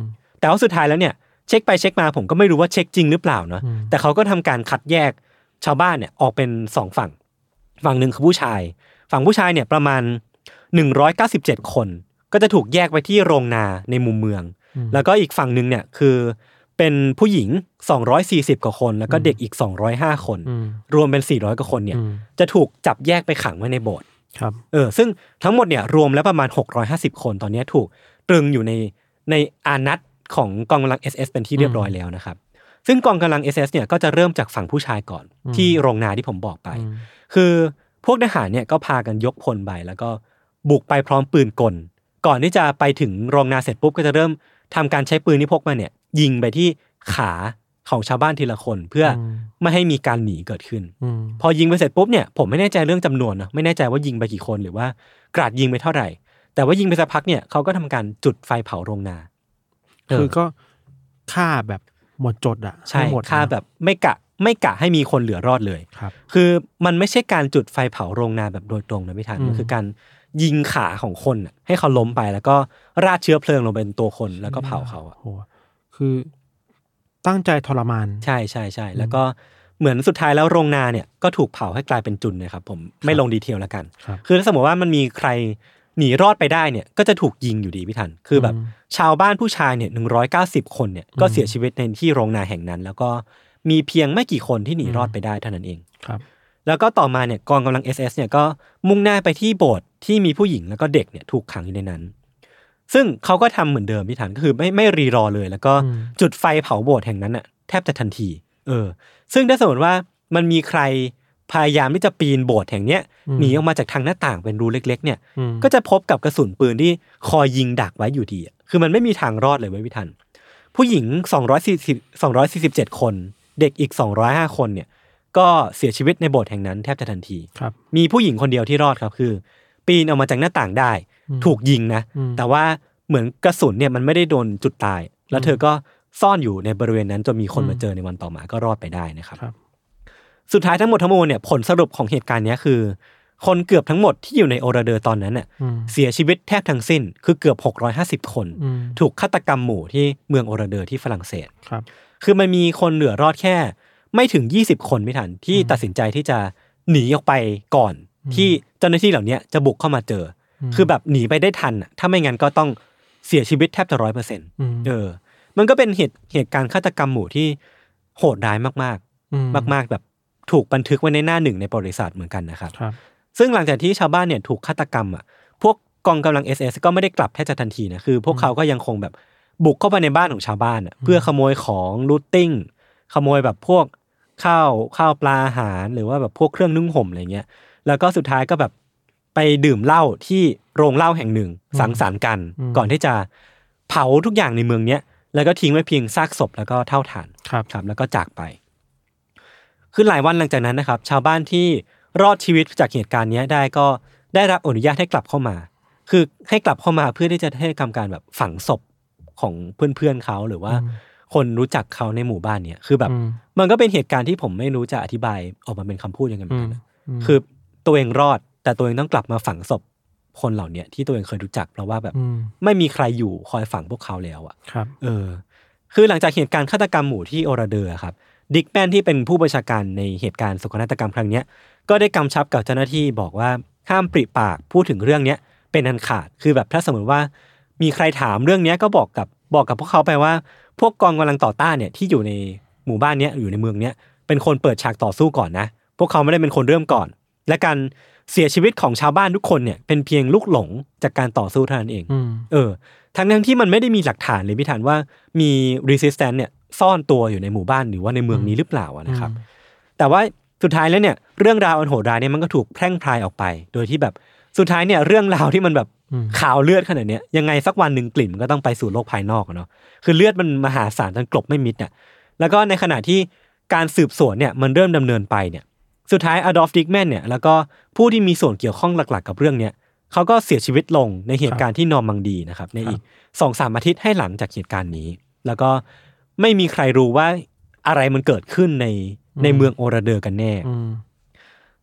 แต่ว่าสุดท้ายแล้วเนี่ยเช็คไปเช็คมาผมก็ไม่รู้ว่าเช็คจริงหรือเปล่าเนาะแต่เขาก็ทำการคัดแยกชาวบ้านเนี่ยออกเป็นสองฝั่งฝั่งหนึ่งคือผู้ชายฝั่งผู้ชายเนี่ยประมาณหนึ่งร้อยเก้าสิบเจ็ดคนก็จะถูกแยกไปที่โรงนาในมุมเมืองแล้วก็อีกฝั่งนึงเนี่ยคือเป็นผู้หญิงสองร้อยสี่สิบกว่าคนแล้วก็เด็กอีกสองร้อยห้าคนรวมเป็นสี่ร้อยกว่าคนเนี่ยจะถูกจับแยกไปขังไว้ในโบสถ์ครับเออซึ่งทั้งหมดเนี่ยรวมแล้วประมาณหกร้อยห้าสิบคนตอนนี้ถูกตรึงอยู่ในในอานัตของกองกำลัง เอส เอส เป็นที่เรียบร้อยแล้วนะครับซึ่งกองกำลัง เอส เอส เนี่ยก็จะเริ่มจากฝั่งผู้ชายก่อนที่โรงนาที่ผมบอกไปคือพวกทหารเนี่ยก็พากันยกพลไปแล้วก็บุกไปพร้อมปืนกลก่อนที่จะไปถึงโรงนาเสร็จปุ๊บก็จะเริ่มทำการใช้ปืนที่พกมาเนี่ยยิงไปที่ขาของชาวบ้านทีละคนเพื่อไม่ให้มีการหนีเกิดขึ้นพอยิงไปเสร็จปุ๊บเนี่ยผมไม่แน่ใจเรื่องจำนวนนะไม่แน่ใจว่ายิงไปกี่คนหรือว่ากราดยิงไปเท่าไหร่แต่ว่ายิงไปสักพักเนี่ยเขาก็ทำการจุดไฟเผาโรงนาคือก็ฆ่าแบบหมดจดอ่ะใช่ฆ่าแบบไม่กะไม่กะให้มีคนเหลือรอดเลยครับคือมันไม่ใช่การจุดไฟเผาโรงนาแบบโดยตรงนะพี่ทันมันคือการยิงขาของคนให้เขาล้มไปแล้วก็ราดเชื้อเพลิงลงเป็นตัวคนแล้วก็เผาเขาอ่ะคือตั้งใจทรมานใช่ใช่ใช่แล้วก็เหมือนสุดท้ายแล้วโรงนาเนี่ยก็ถูกเผาให้กลายเป็นจุนนะครับผมไม่ลงดีเทลแล้วกันคือถ้าสมมติว่ามันมีใครหนีรอดไปได้เนี่ยก็จะถูกยิงอยู่ดีพี่ทันคือแบบชาวบ้านผู้ชายเนี่ยหนึ่งร้อยเก้าสิบคนเนี่ยก็เสียชีวิตในที่โรงนาแห่งนั้นแล้วก็มีเพียงไม่กี่คนที่หนีรอดไปได้เท่านั้นเองครับแล้วก็ต่อมาเนี่ยกองกำลัง เอส เอส เนี่ยก็มุ่งหน้าไปที่โบสถ์ที่มีผู้หญิงแล้วก็เด็กเนี่ยถูกขังอยู่ในนั้นซึ่งเขาก็ทำเหมือนเดิมพี่ทันก็คือไม่ไม่รีรอเลยแล้วก็จุดไฟเผาโบสถ์แห่งนั้นน่ะแทบจะทันทีเออซึ่งถ้าสมมติว่ามันมีใครพยายามที่จะปีนโบสถ์แห่งเนี้ยหนีออกมาจากทางหน้าต่างเป็นรูเล็กๆเนี่ยก็จะพบกับกระสุนปืนที่คอยยิงดักไว้อยู่ดีคือมันไม่มีทางรอดเลยเว้ยพี่ทันผู้หญิงสองร้อยสี่สิบ สองร้อยสี่สิบเจ็ดคนเด็กอีกสองร้อยห้าคนเนี่ยก็เสียชีวิตในโบสถ์แห่งนั้นแทบจะทันทีมีผู้หญิงคนเดียวที่รอดครับคือปีนออกมาจากหน้าต่างได้ถูกยิงนะแต่ว่าเหมือนกระสุนเนี่ยมันไม่ได้โดนจุดตายแล้วเธอก็ซ่อนอยู่ในบริเวณนั้นจนมีคนมาเจอในวันต่อมาก็รอดไปได้นะครับสุดท้ายทั้งหมดทั้งมวลเนี่ยผลสรุปของเหตุการณ์นี้คือคนเกือบทั้งหมดที่อยู่ในโอราเดอร์ตอนนั้นน่ะเสียชีวิตแทบทั้งสิ้นคือเกือบหกร้อยห้าสิบคนถูกฆาตกรรมหมู่ที่เมืองโอราเดอร์ที่ฝรั่งเศสครับคือมันมีคนเหลือรอดแค่ไม่ถึงยี่สิบคนไม่ทันที่ตัดสินใจที่จะหนีออกไปก่อนที่เจ้าหน้าที่เหล่านี้จะบุกเข้ามาเจอคือแบบหนีไปได้ทันถ้าไม่งั้นก็ต้องเสียชีวิตแทบจะ ร้อยเปอร์เซ็นต์ เออมันก็เป็นเหตุเหตุการณ์ฆาตกรรมหมู่ที่โหดร้ายมากๆมากๆแบบถูกบันทึกไว้ในหน้าหนึ่งในประวัติศาสตร์เหมือนกันนะครับซึ่งหลังจากที่ชาวบ้านเนี่ยถูกฆาตกรรมอ่ะพวกกองกำลัง เอส เอส ก็ไม่ได้กลับแทบจะทันทีนะคือพวกเขาก็ยังคงแบบบุกเข้าไปในบ้านของชาวบ้านอ่ะเพื่อขโมยของลูตติ้งขโมยแบบพวกข้าวข้าวปลาอาหารหรือว่าแบบพวกเครื่องนึ่งห่มอะไรเงี้ยแล้วก็สุดท้ายก็แบบไปดื่มเหล้าที่โรงเหล้าแห่งหนึ่งสังสรรค์กันก่อนที่จะเผาทุกอย่างในเมืองเนี้ยแล้วก็ทิ้งไว้เพียงซากศพแล้วก็เท่าฐานครับครับแล้วก็จากไปคือหลายวันหลังจากนั้นนะครับชาวบ้านที่รอดชีวิตจากเหตุการณ์นี้ได้ก็ได้รับอนุญาตให้กลับเข้ามาคือให้กลับเข้ามาเพื่อที่จะให้ทำการแบบฝังศพของเพื่อนๆเขาหรือว่าคนรู้จักเขาในหมู่บ้านเนี่ยคือแบบมันก็เป็นเหตุการณ์ที่ผมไม่รู้จะอธิบายออกมาเป็นคำพูดยังไงเหมือนกันคือตัวเองรอดแต่ตัวเองต้องกลับมาฝังศพคนเหล่านี้ที่ตัวเองเคยรู้จักเพราะว่าแบบไม่มีใครอยู่คอยฝังพวกเขาแล้วอ่ะครับเออคือหลังจากเหตุการณ์ฆาตกรรมหมู่ที่โอราเดอร์ครับดิกแมนที่เป็นผู้บัญชาการในเหตุการณ์โศกนาฏกรรมครั้งนี้ก็ได้กำชับกับเจ้าหน้าที่บอกว่าห้ามปริปากพูดถึงเรื่องนี้เป็นอันขาดคือแบบถ้าสมมติว่ามีใครถามเรื่องนี้ก็บอกกับบอกกับพวกเขาไปว่าพวกกองกำลังต่อต้านเนี่ยที่อยู่ในหมู่บ้านนี้อยู่ในเมืองนี้เป็นคนเปิดฉากต่อสู้ก่อนนะพวกเขาไม่ได้เป็นคนเริ่มก่อนและการเสียชีวิตของชาวบ้านทุกคนเนี่ยเป็นเพียงลูกหลงจากการต่อสู้เท่านั้นเองเออทั้งทั้งที่มันไม่ได้มีหลักฐานเลยพี่ธันว่ามี resistance เนี่ยซ่อนตัวอยู่ในหมู่บ้านหรือว่าในเมืองนี้หรือเปล่านะครับแต่ว่าสุดท้ายแล้วเนี่ยเรื่องราวอันโหดร้ายเนี่ยมันก็ถูกแพร่งพรายออกไปโดยที่แบบสุดท้ายเนี่ยเรื่องราวที่มันแบบข่าวเลือดขนาดนี้ยังไงสักวันนึงกลิ่นมันก็ต้องไปสู่โลกภายนอกเนาะคือเลือดมันมหาศาลจนกลบไม่มิดอ่ะแล้วก็ในขณะที่การสืบสวนเนี่ยมันเริ่มดำเนินไปเนี่ยสุดท้ายอดอล์ฟ ดิกแมนเนี่ยแล้วก็ผู้ที่มีส่วนเกี่ยวข้องหลักๆกับเรื่องเนี้ยเขาก็เสียชีวิตลงในเหตุการณ์ที่นอร์มังดีนะครับในอีก สองถึงสาม อาทิตย์ให้หลังจากเหตุการณ์นี้แล้วก็ไม่มีใครรู้ว่าอะไรมันเกิดขึ้นในในเมืองโอราเดอร์กันแน่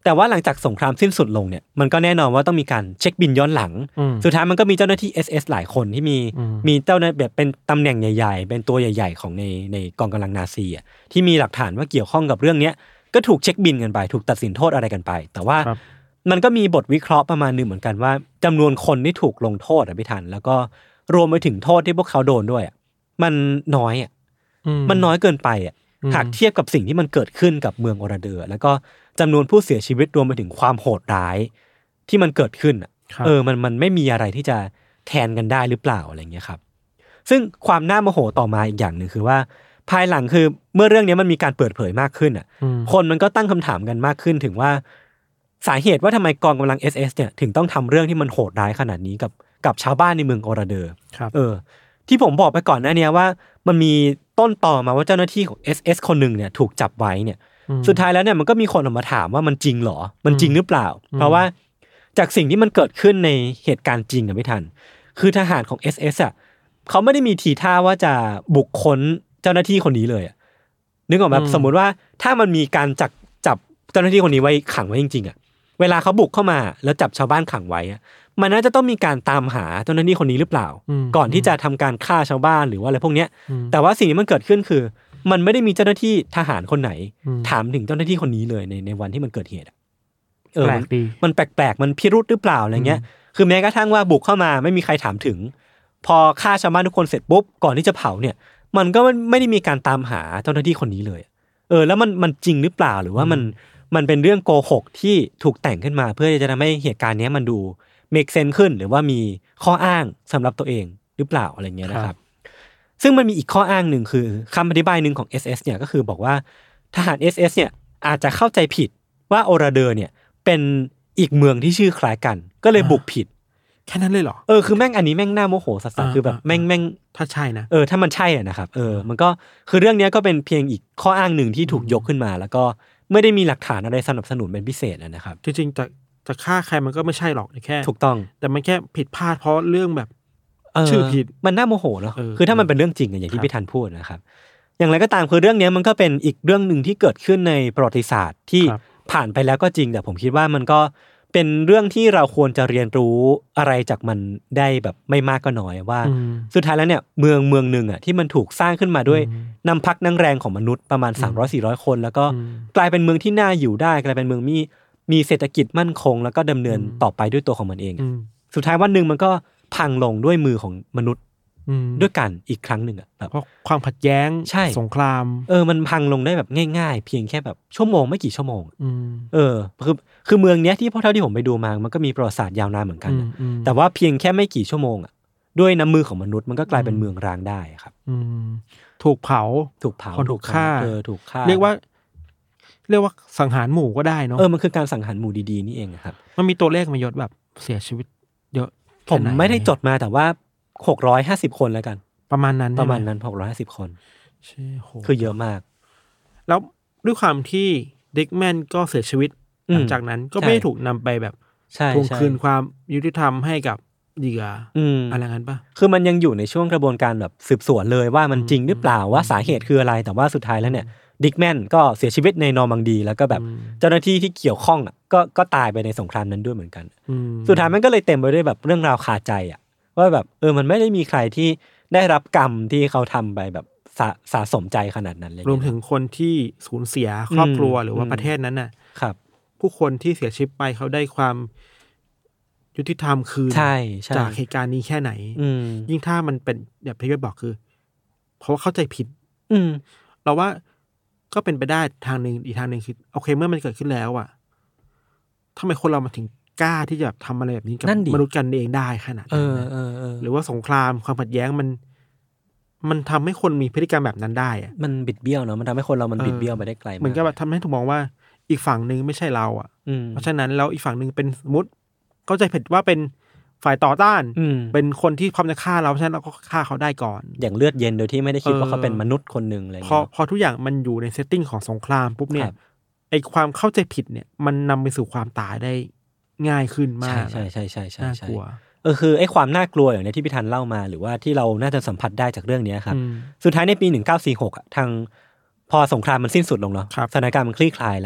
แต่ว่าหลังจากสงครามสิ้นสุดลงเนี่ยมันก็แน่นอนว่าต้องมีการเช็คบินย้อนหลังสุดท้ายมันก็มีเจ้าหน้าที่ เอส เอส หลายคนที่มีมีเจ้าหน้าแบบเป็นตำแหน่งใหญ่ๆเป็นตัวใหญ่ๆของในในกองกำลังนาซีอ่ะที่มีหลักฐานว่าเกี่ยวข้องกับเรื่องนี้ก็ถูกเช็คบินกันไปถูกตัดสินโทษอะไรกันไปแต่ว่ามันก็มีบทวิเคราะห์ประมาณนึงเหมือนกันว่าจำนวนคนที่ถูกลงโทษอ่ะพี่ทันแล้วก็รวมไปถึงโทษที่พวกเขาโดนด้วยอ่ะมันน้อยอ่ะมันน้อยเกินไปอ่ะหากเทียบกับสิ่งที่มันเกิดขึ้นกับเมืองโอราเดอร์แล้วก็จำนวนผู้เสียชีวิตรวมไปถึงความโหดร้ายที่มันเกิดขึ้นอ่ะเออมันมันไม่มีอะไรที่จะแทนกันได้หรือเปล่าอะไรเงี้ยครับซึ่งความน่าโมโหต่อมาอีกอย่างหนึ่งคือว่าภายหลังคือเมื่อเรื่องนี้มันมีการเปิดเผยมากขึ้นอ่ะคนมันก็ตั้งคำถามกันมากขึ้นถึงว่าสาเหตุว่าทำไมกองกำลัง เอส เอส เนี่ยถึงต้องทำเรื่องที่มันโหดร้ายขนาดนี้กับกับชาวบ้านในเมืองโอราเดอร์เออที่ผมบอกไปก่อนหน้านี้ว่ามันมีต้นต่อมาว่าเจ้าหน้าที่ของ เอส เอส คนหนึ่งเนี่ยถูกจับไว้เนี่ยสุดท้ายแล้วเนี่ยมันก็มีคนออกมาถามว่ามันจริงเหรอมันจริงหรือเปล่าเพราะว่าจากสิ่งที่มันเกิดขึ้นในเหตุการณ์จริงอะไม่ทันคือทหารของ เอส เอส อ่ะเขาไม่ได้มีทีท่าว่าจะบุกค้นเจ้าหน้าที่คนนี้เลยอ่ะนึกออกไหมสมมุติว่าถ้ามันมีการจับจับเจ้าหน้าที่คนนี้ไว้ขังไว้จริงๆอ่ะเวลาเขาบุกเข้ามาแล้วจับชาวบ้านขังไว้อ่ะมันน่าจะต้องมีการตามหาเจ้าหน้าที่คนนี้หรือเปล่าก่อนที่จะทำการฆ่าชาวบ้านหรือว่าอะไรพวกเนี้ยแต่ว่าสิ่งที่มันเกิดขึ้นคือมันไม่ได้มีเจ้าหน้าที่ทหารคนไหนถามถึงเจ้าหน้าที่คนนี้เลยในในวันที่มันเกิดเหตุเออมันแปลกๆมันพิรุธหรือเปล่าอะไรเงี้ยคือแม้กระทั่งว่าบุกเข้ามาไม่มีใครถามถึงพอฆ่าชาวบ้านทุกคนเสร็จปุ๊บก่อนที่จะเผาเนี่ยมันก็ไม่ได้มีการตามหาเจ้าหน้าที่คนนี้เลยเออแล้วมันมันจริงหรือเปล่าหรือว่ามันมันเป็นเรื่องโกหกที่ถูกแต่งขึ้นมาเพื่อจะทำให้เหตุการณ์นี้มันดูเมคเซนส์ขึ้นหรือว่ามีข้ออ้างสำหรับตัวเองหรือเปล่าอะไรเงี้ยนะครับซึ่งมันมีอีกข้ออ้างหนึ่งคือคำอธิบายหนึ่งของ เอส เอส เนี่ยก็คือบอกว่าทหาร เอส เอส เนี่ยอาจจะเข้าใจผิดว่าโอราเดอร์เนี่ยเป็นอีกเมืองที่ชื่อคล้ายกันก็เลยบุกผิดแค่นั้นเลยเหรอเออคือแม่งอันนี้แม่งน่าโมโหสัสๆคือแบบแม่งแม่งถ้าใช่นะเออถ้ามันใช่อ่ะนะครับเออมันก็คือเรื่องนี้ก็เป็นเพียงอีกข้ออ้างหนึ่งที่ถูกยกขึ้นมาแล้วก็ไม่ได้มีหลักฐานอะไรสนับสนุนเป็นพิเศษนะครับจริงๆจะจะฆ่าใครมันก็ไม่ใช่หรอกแค่ถูกต้องแต่มันแค่ผิดพลาดเพราะเรื่องแบบชื่อผิดมันน่าโมโหเนาะคือถ้ามันเป็นเรื่องจริงอย่างที่พี่ทันพูดนะครับอย่างไรก็ตามคือเรื่องนี้มันก็เป็นอีกเรื่องนึงที่เกิดขึ้นในประวัติศาสตร์ที่ผ่านไปแล้วก็จริงแต่ผมคิดว่ามันก็เป็นเรื่องที่เราควรจะเรียนรู้อะไรจากมันได้แบบไม่มากก็น้อยว่าสุดท้ายแล้วเนี่ยเมืองเมืองนึงอ่ะที่มันถูกสร้างขึ้นมาด้วยน้ำพักน้ำแรงของมนุษย์ประมาณ สามร้อยถึงสี่ร้อย คนแล้วก็กลายเป็นเมืองที่น่าอยู่ได้กลายเป็นเมืองมีมีเศรษฐกิจมั่นคงแล้วก็ดำเนินต่อไปด้วยตัวของมันเองสุดท้ายวันนึงมันก็พังลงด้วยมือของมนุษย์ด้วยกันอีกครั้งหนึ่งอ่ะแบบเพราะความขัดแย้งสงครามเออมันพังลงได้แบบง่ายๆเพียงแค่แบบชั่วโมงไม่กี่ชั่วโมงเออคือคือเมืองเนี้ยที่พอเท่าที่ผมไปดูมามันก็มีประวัติศาสตร์ยาวนานเหมือนกันแต่ว่าเพียงแค่ไม่กี่ชั่วโมงอ่ะด้วยน้ำมือของมนุษย์มันก็กลายเป็นเมืองร้างได้ครับถูกเผาถูกเผาคนถูกฆ่าเออถูกฆ่าเรียกว่าเรียกว่าสังหารหมู่ก็ได้เนาะเออมันคือการสังหารหมู่ดีๆนี่เองครับมันมีตัวเลขมายศแบบเสียชีวิตเยอะผมไม่ได้จดมาแต่ว่าหกร้อยห้าสิบคนแล้วกันประมาณนั้นประมาณนั้นหกร้อยห้าสิบคนคือเยอะมากแล้วด้วยความที่ดิกแมนก็เสียชีวิตหลังจากนั้นก็ไม่ถูกนำไปแบบทวงคืนความยุติธรรมให้กับเหยื่ออะไรงั้นป่ะคือมันยังอยู่ในช่วงกระบวนการแบบสืบสวนเลยว่ามันจริงหรือเปล่าว่าสาเหตุคืออะไรแต่ว่าสุดท้ายแล้วเนี่ยดิกแมนก็เสียชีวิตในนอร์มังดีแล้วก็แบบเจ้าหน้าที่ที่เกี่ยวข้องอ่ะก็ก็ตายไปในสงครามนั้นด้วยเหมือนกันสุดท้ายมันก็เลยเต็มไปด้วยแบบเรื่องราวคาใจอ่ะว่าแบบเออมันไม่ได้มีใครที่ได้รับกรรมที่เขาทำไปแบบสะสะสมใจขนาดนั้นเลยรวมถึงคนที่สูญเสียครอบครัวหรือว่าประเทศนั้นน่ะครับผู้คนที่เสียชีวิตไปเขาได้ความยุติธรรมคืนจากเหตุการณ์นี้แค่ไหนยิ่งถ้ามันเป็นแบบพี่บอกคือเพราะว่าเข้าใจผิดเราว่าก็เป็นไปได้ทางนึงอีกทางนึงคือโอเคเมื่อมันเกิดขึ้นแล้วอ่ะทำไมคนเรามาถึงกล้าที่จะทำอะไรแบบนี้กับมนุษย์กันเองได้ขนาดนั้นหรือว่าสงครามความขัดแย้งมันมันทำให้คนมีพฤติกรรมแบบนั้นได้อะมันบิดเบี้ยวเนาะมันทำให้คนเรามันบิดเบี้ยวไปได้ไกลมากเหมือนกับทำให้ถูกมองว่าอีกฝั่งนึงไม่ใช่เราอ่ะเพราะฉะนั้นแล้วอีกฝั่งนึงเป็นสมมติเข้าใจผิดว่าเป็นฝ่ายต่อต้านเป็นคนที่พร้อมจะฆ่าเราเพราะฉะนั้นเราก็ฆ่าเขาได้ก่อนอย่างเลือดเย็นโดยที่ไม่ได้คิดว่าเขาเป็นมนุษย์คนนึงอะไรพอพอทุกอย่างมันอยู่ในเซตติ้งของสงครามปุ๊บเนี่ยไอความเข้าใจผิดเนี่ยมันนำไปสู่ความตายได้ง่ายขึ้นมากใช่ใช่ใช่ใช่น่ากลัวเออคือไอ้ความน่ากลัวอย่างนี้ที่พี่ธันเล่ามาหรือว่าที่เราน่าจะสัมผัสได้จากเรื่องนี้ครับสุดท้ายในปีหนึ่งเก้าสี่หกอ่ะทางพอสงครามมันสิ้นสุดลงเนาะสถานการณ์มันคลี่คลายแล้ว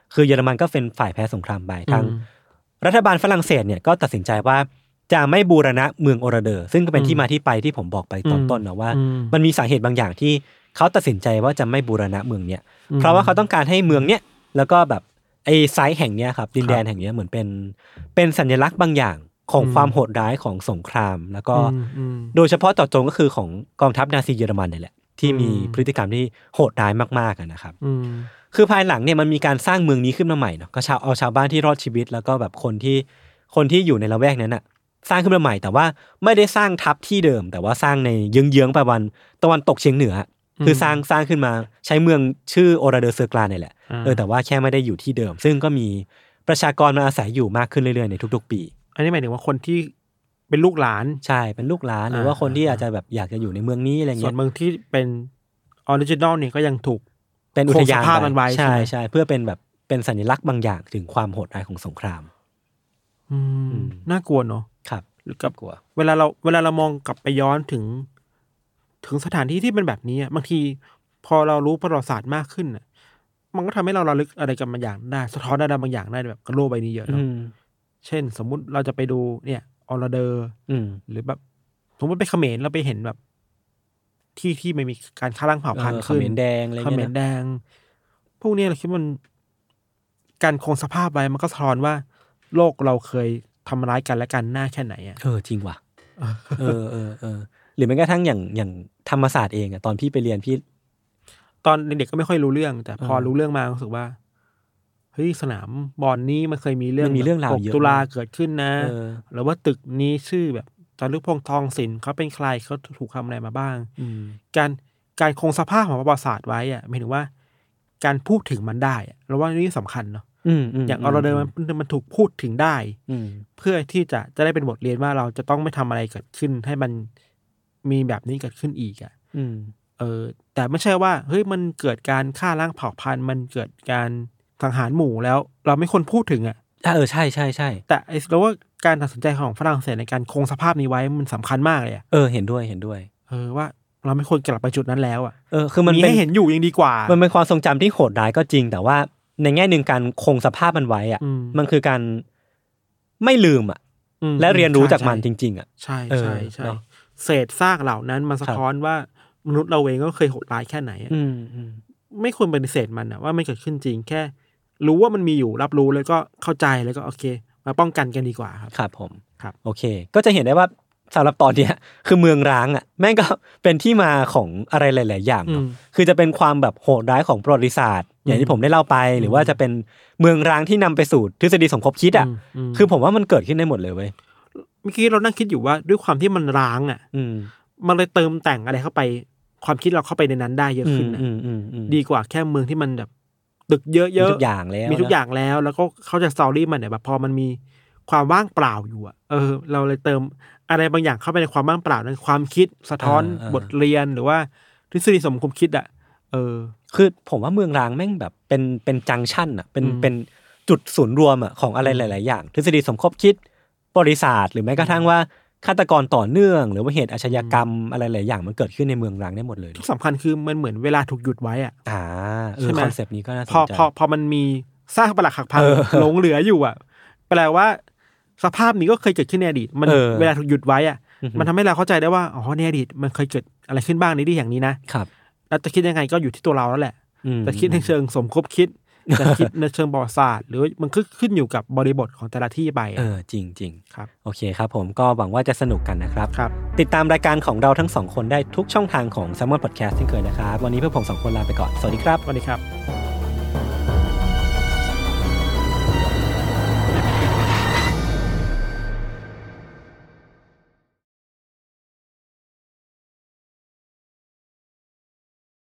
คือเยอรมันก็เป็นฝ่ายแพ้สงครามไปทางรัฐบาลฝรั่งเศสเนี่ยก็ตัดสินใจว่าจะไม่บูรณะเมืองโอราเดอร์ซึ่งก็เป็นที่มาที่ไปที่ผมบอกไปตอนต้นนะว่ามันมีสาเหตุบางอย่างที่เขาตัดสินใจว่าจะไม่บูรณะเมืองเนี้ยเพราะว่าเขาต้องการให้เมืองเนี้ยแล้วก็แบบไอ้ไซต์แห่งเนี้ยครับดินแดนแห่งเนี้ยเหมือนเป็นเป็นสัญลักษณ์บางอย่างของความโหดร้ายของสงครามแล้วก็โดยเฉพาะเจาะจงก็คือของกองทัพนาซีเยอรมันนี่แหละที่มีพฤติกรรมที่โหดร้ายมากๆนะครับคือภายหลังเนี่ยมันมีการสร้างเมืองนี้ขึ้นมาใหม่เนาะก็ชาวเอาชาวบ้านที่รอดชีวิตแล้วก็แบบคนที่คนที่อยู่ในละแวกนั้นน่ะสร้างขึ้นมาใหม่แต่ว่าไม่ได้สร้างทับที่เดิมแต่ว่าสร้างในเยื้องๆไปวันตะวันตกเฉียงเหนือคือสร้างสร้างขึ้นมาใช้เมืองชื่อโอราเดอร์เซอร์กลานี่แหละเออแต่ว่าแค่ไม่ได้อยู่ที่เดิมซึ่งก็มีประชากรมาอาศัยอยู่มากขึ้นเรื่อยๆในทุกๆปีอันนี้หมายถึงว่าคนที่เป็นลูกหลานใช่เป็นลูกหลานหรือว่าคนที่อาจจะแบบอยากจะอยู่ในเมืองนี้อะไรเงี้ยส่วนเมืองที่เป็นออริจินอลเนี่ยก็ยังถูกเป็นอุทยานภาพมันไว้ใช่ใช่เพื่อเป็นแบบเป็นสัญลักษณ์บางอย่างถึงความโหดร้ายของสงครามอืมน่ากลัวเนาะครับหรือกับกลัวเวลาเราเวลาเรามองกลับไปย้อนถึงถึงสถานที่ที่เป็นแบบนี้บางทีพอเรารู้ประวัติศาสตร์มากขึ้นน่ะมันก็ทำให้เราระลึกอะไรกันบางอย่างได้สะท้อนอะไรบางอย่างได้แบบกระโลกใบนี้เยอะเนาะเช่นสมมุติเราจะไปดูเนี่ยออราเดอร์หรือแบบสมมติไปเขมรเราไปเห็นแบบที่ที่ไม่มีการฆ่าล้างเผ่าพันธุ์ขึ้นเขมรแดงอะไรเงี้ยเขมรแดงพวกนี้เราคิดมันการคงสภาพไว้มันก็สะท้อนว่าโลกเราเคยทำร้ายกันและกันหน้าแค่ไหนอ่ะเออจริงว่ะเออเออเออหรือแม้กระทั่งอย่างอย่างธรรมศาสตร์เองอ่ะตอนพี่ไปเรียนพี่ตอนเด็กๆก็ไม่ค่อยรู้เรื่องแต่พอรู้เรื่องมารู้สึกว่าเฮ้ยสนามบอลนี้มันเคยมีเรื่องมีเรื่องราวเยอะตุลาเกิดขึ้นนะหรือว่าตึกนี้ชื่อแบบจารึกพงษ์ทองศิลป์เขาเป็นใครเขาถูกทำอะไรมาบ้างการการคงสภาพของประวัติศาสตร์ไว้อ่ะหมายถึงว่าการพูดถึงมันได้เราว่านี่สำคัญเนาะอย่างออราเดอร์มันมันถูกพูดถึงได้เพื่อที่จะจะได้เป็นบทเรียนว่าเราจะต้องไม่ทำอะไรเกิดขึ้นให้มันมีแบบนี้เกิดขึ้นอีกอ่ะเออแต่ไม่ใช่ว่าเฮ้ยมันเกิดการฆ่าล้างเผ่าพันธุ์มันเกิดการสังหารหมู่แล้วเราไม่ควรพูดถึงอ่ะเออใช่ใช่ใช่แต่ไอ้เราว่าการตัดสินใจของฝรั่งเศสในการคงสภาพนี้ไว้มันสำคัญมากเลยอ่ะเออเห็นด้วยเห็นด้วยเออว่าเราไม่ควรกลับไปจุดนั้นแล้วอ่ะเออคือมันไม่เห็นอยู่ยังดีกว่ามันเป็นความทรงจำที่โหดร้ายก็จริงแต่ว่าในแง่นึงการคงสภาพมันไว้อ่ะมันคือการไม่ลืมอ่ะและเรียนรู้จากมันจริงๆอ่ะใช่ใช่ใช่เศษซากเหล่านั้นมันสะท้อนว่ามนุษย์เราเองก็เคยโหดร้ายแค่ไหนอ่ะไม่ควรปฏิเสธมันอ่ะว่าไม่เกิดขึ้นจริงแค่รู้ว่ามันมีอยู่รับรู้แล้วก็เข้าใจแล้วก็โอเคมาป้องกันกันดีกว่าครับครับผมครับโอเคก็จะเห็นได้ว่าสำหรับตอนนี้คือเมืองร้างอ่ะแม่งก็เป็นที่มาของอะไรหลายๆอย่างเนาะคือจะเป็นความแบบโหดร้ายของประวัติศาสตร์อย่างที่ผมได้เล่าไปหรือว่าจะเป็นเมืองร้างที่นำไปสู่ทฤษฎีสมคบคิดอ่ะคือผมว่ามันเกิดขึ้นได้หมดเลยเว้ยเมื่อกี้เรานั่งคิดอยู่ว่าด้วยความที่มันร้างอ่ะมันเลยเติมแต่งอะไรเข้าไปความคิดเราเข้าไปในนั้นได้เยอะขึ้นนะดีกว่าแค่เมืองที่มันแบบตึกเยอะๆมีทุกอย่างแล้วมีทุกอย่างแล้วแล้วก็เขาจะสตอรี่มันเนี่ยแบบพอมันมีความว่างเปล่าอยู่อ่ะเออเราเลยเติมอะไรบางอย่างเข้าไปในความว่างเปล่านั้นความคิดสะท้อนบทเรียนหรือว่าทฤษฎีสมคบคิดอ่ะเออคือผมว่าเมืองร้างแม่งแบบเป็นเป็นจังชั่นอ่ะเป็นเป็นจุดศูนย์รวมอ่ะของอะไรหลายๆอย่างทฤษฎีสมคบคิดประวัติศาสตร์หรือแม้กระทั่งว่าฆาตกรต่อเนื่องหรือว่าเหตุอาชญากรรมอะไรหลายอย่างมันเกิดขึ้นในเมืองร้างได้หมดเลยที่สำคัญคือมันเหมือนเวลาถูกหยุดไว้อ่ะอ่าใช่ไหมคอนเซปต์นี้ก็น่าสนใจพอพอพอมันมีซากปรักหักพังหลงเหลืออยู่อ่ะแปลว่าสภาพนี้ก็เคยเกิดขึ้นในอดีตมันเวลาถูกหยุดไว้อ่ะมันทำให้เราเข้าใจได้ว่าอ๋อในอดีตมันเคยเกิดอะไรขึ้นบ้างในที่อย่างนี้นะครับแล้วจะคิดยังไงก็อยู่ที่ตัวเราแล้วแหละจะคิดในเชิงสมคบคิดจะคิดในเชิงประวัติศาสตร์หรือมันขึ้นขึ้นอยู่กับบริบทของแต่ละที่ไปเออจริงจริงครับโอเคครับผมก็หวังว่าจะสนุกกันนะครับครับติดตามรายการของเราทั้งสองคนได้ทุกช่องทางของ Salmon Podcast ที่เคยนะครับวันนี้เพื่อนผมสองคนลาไปก่อนสวัสดีครับสวัสดีครับ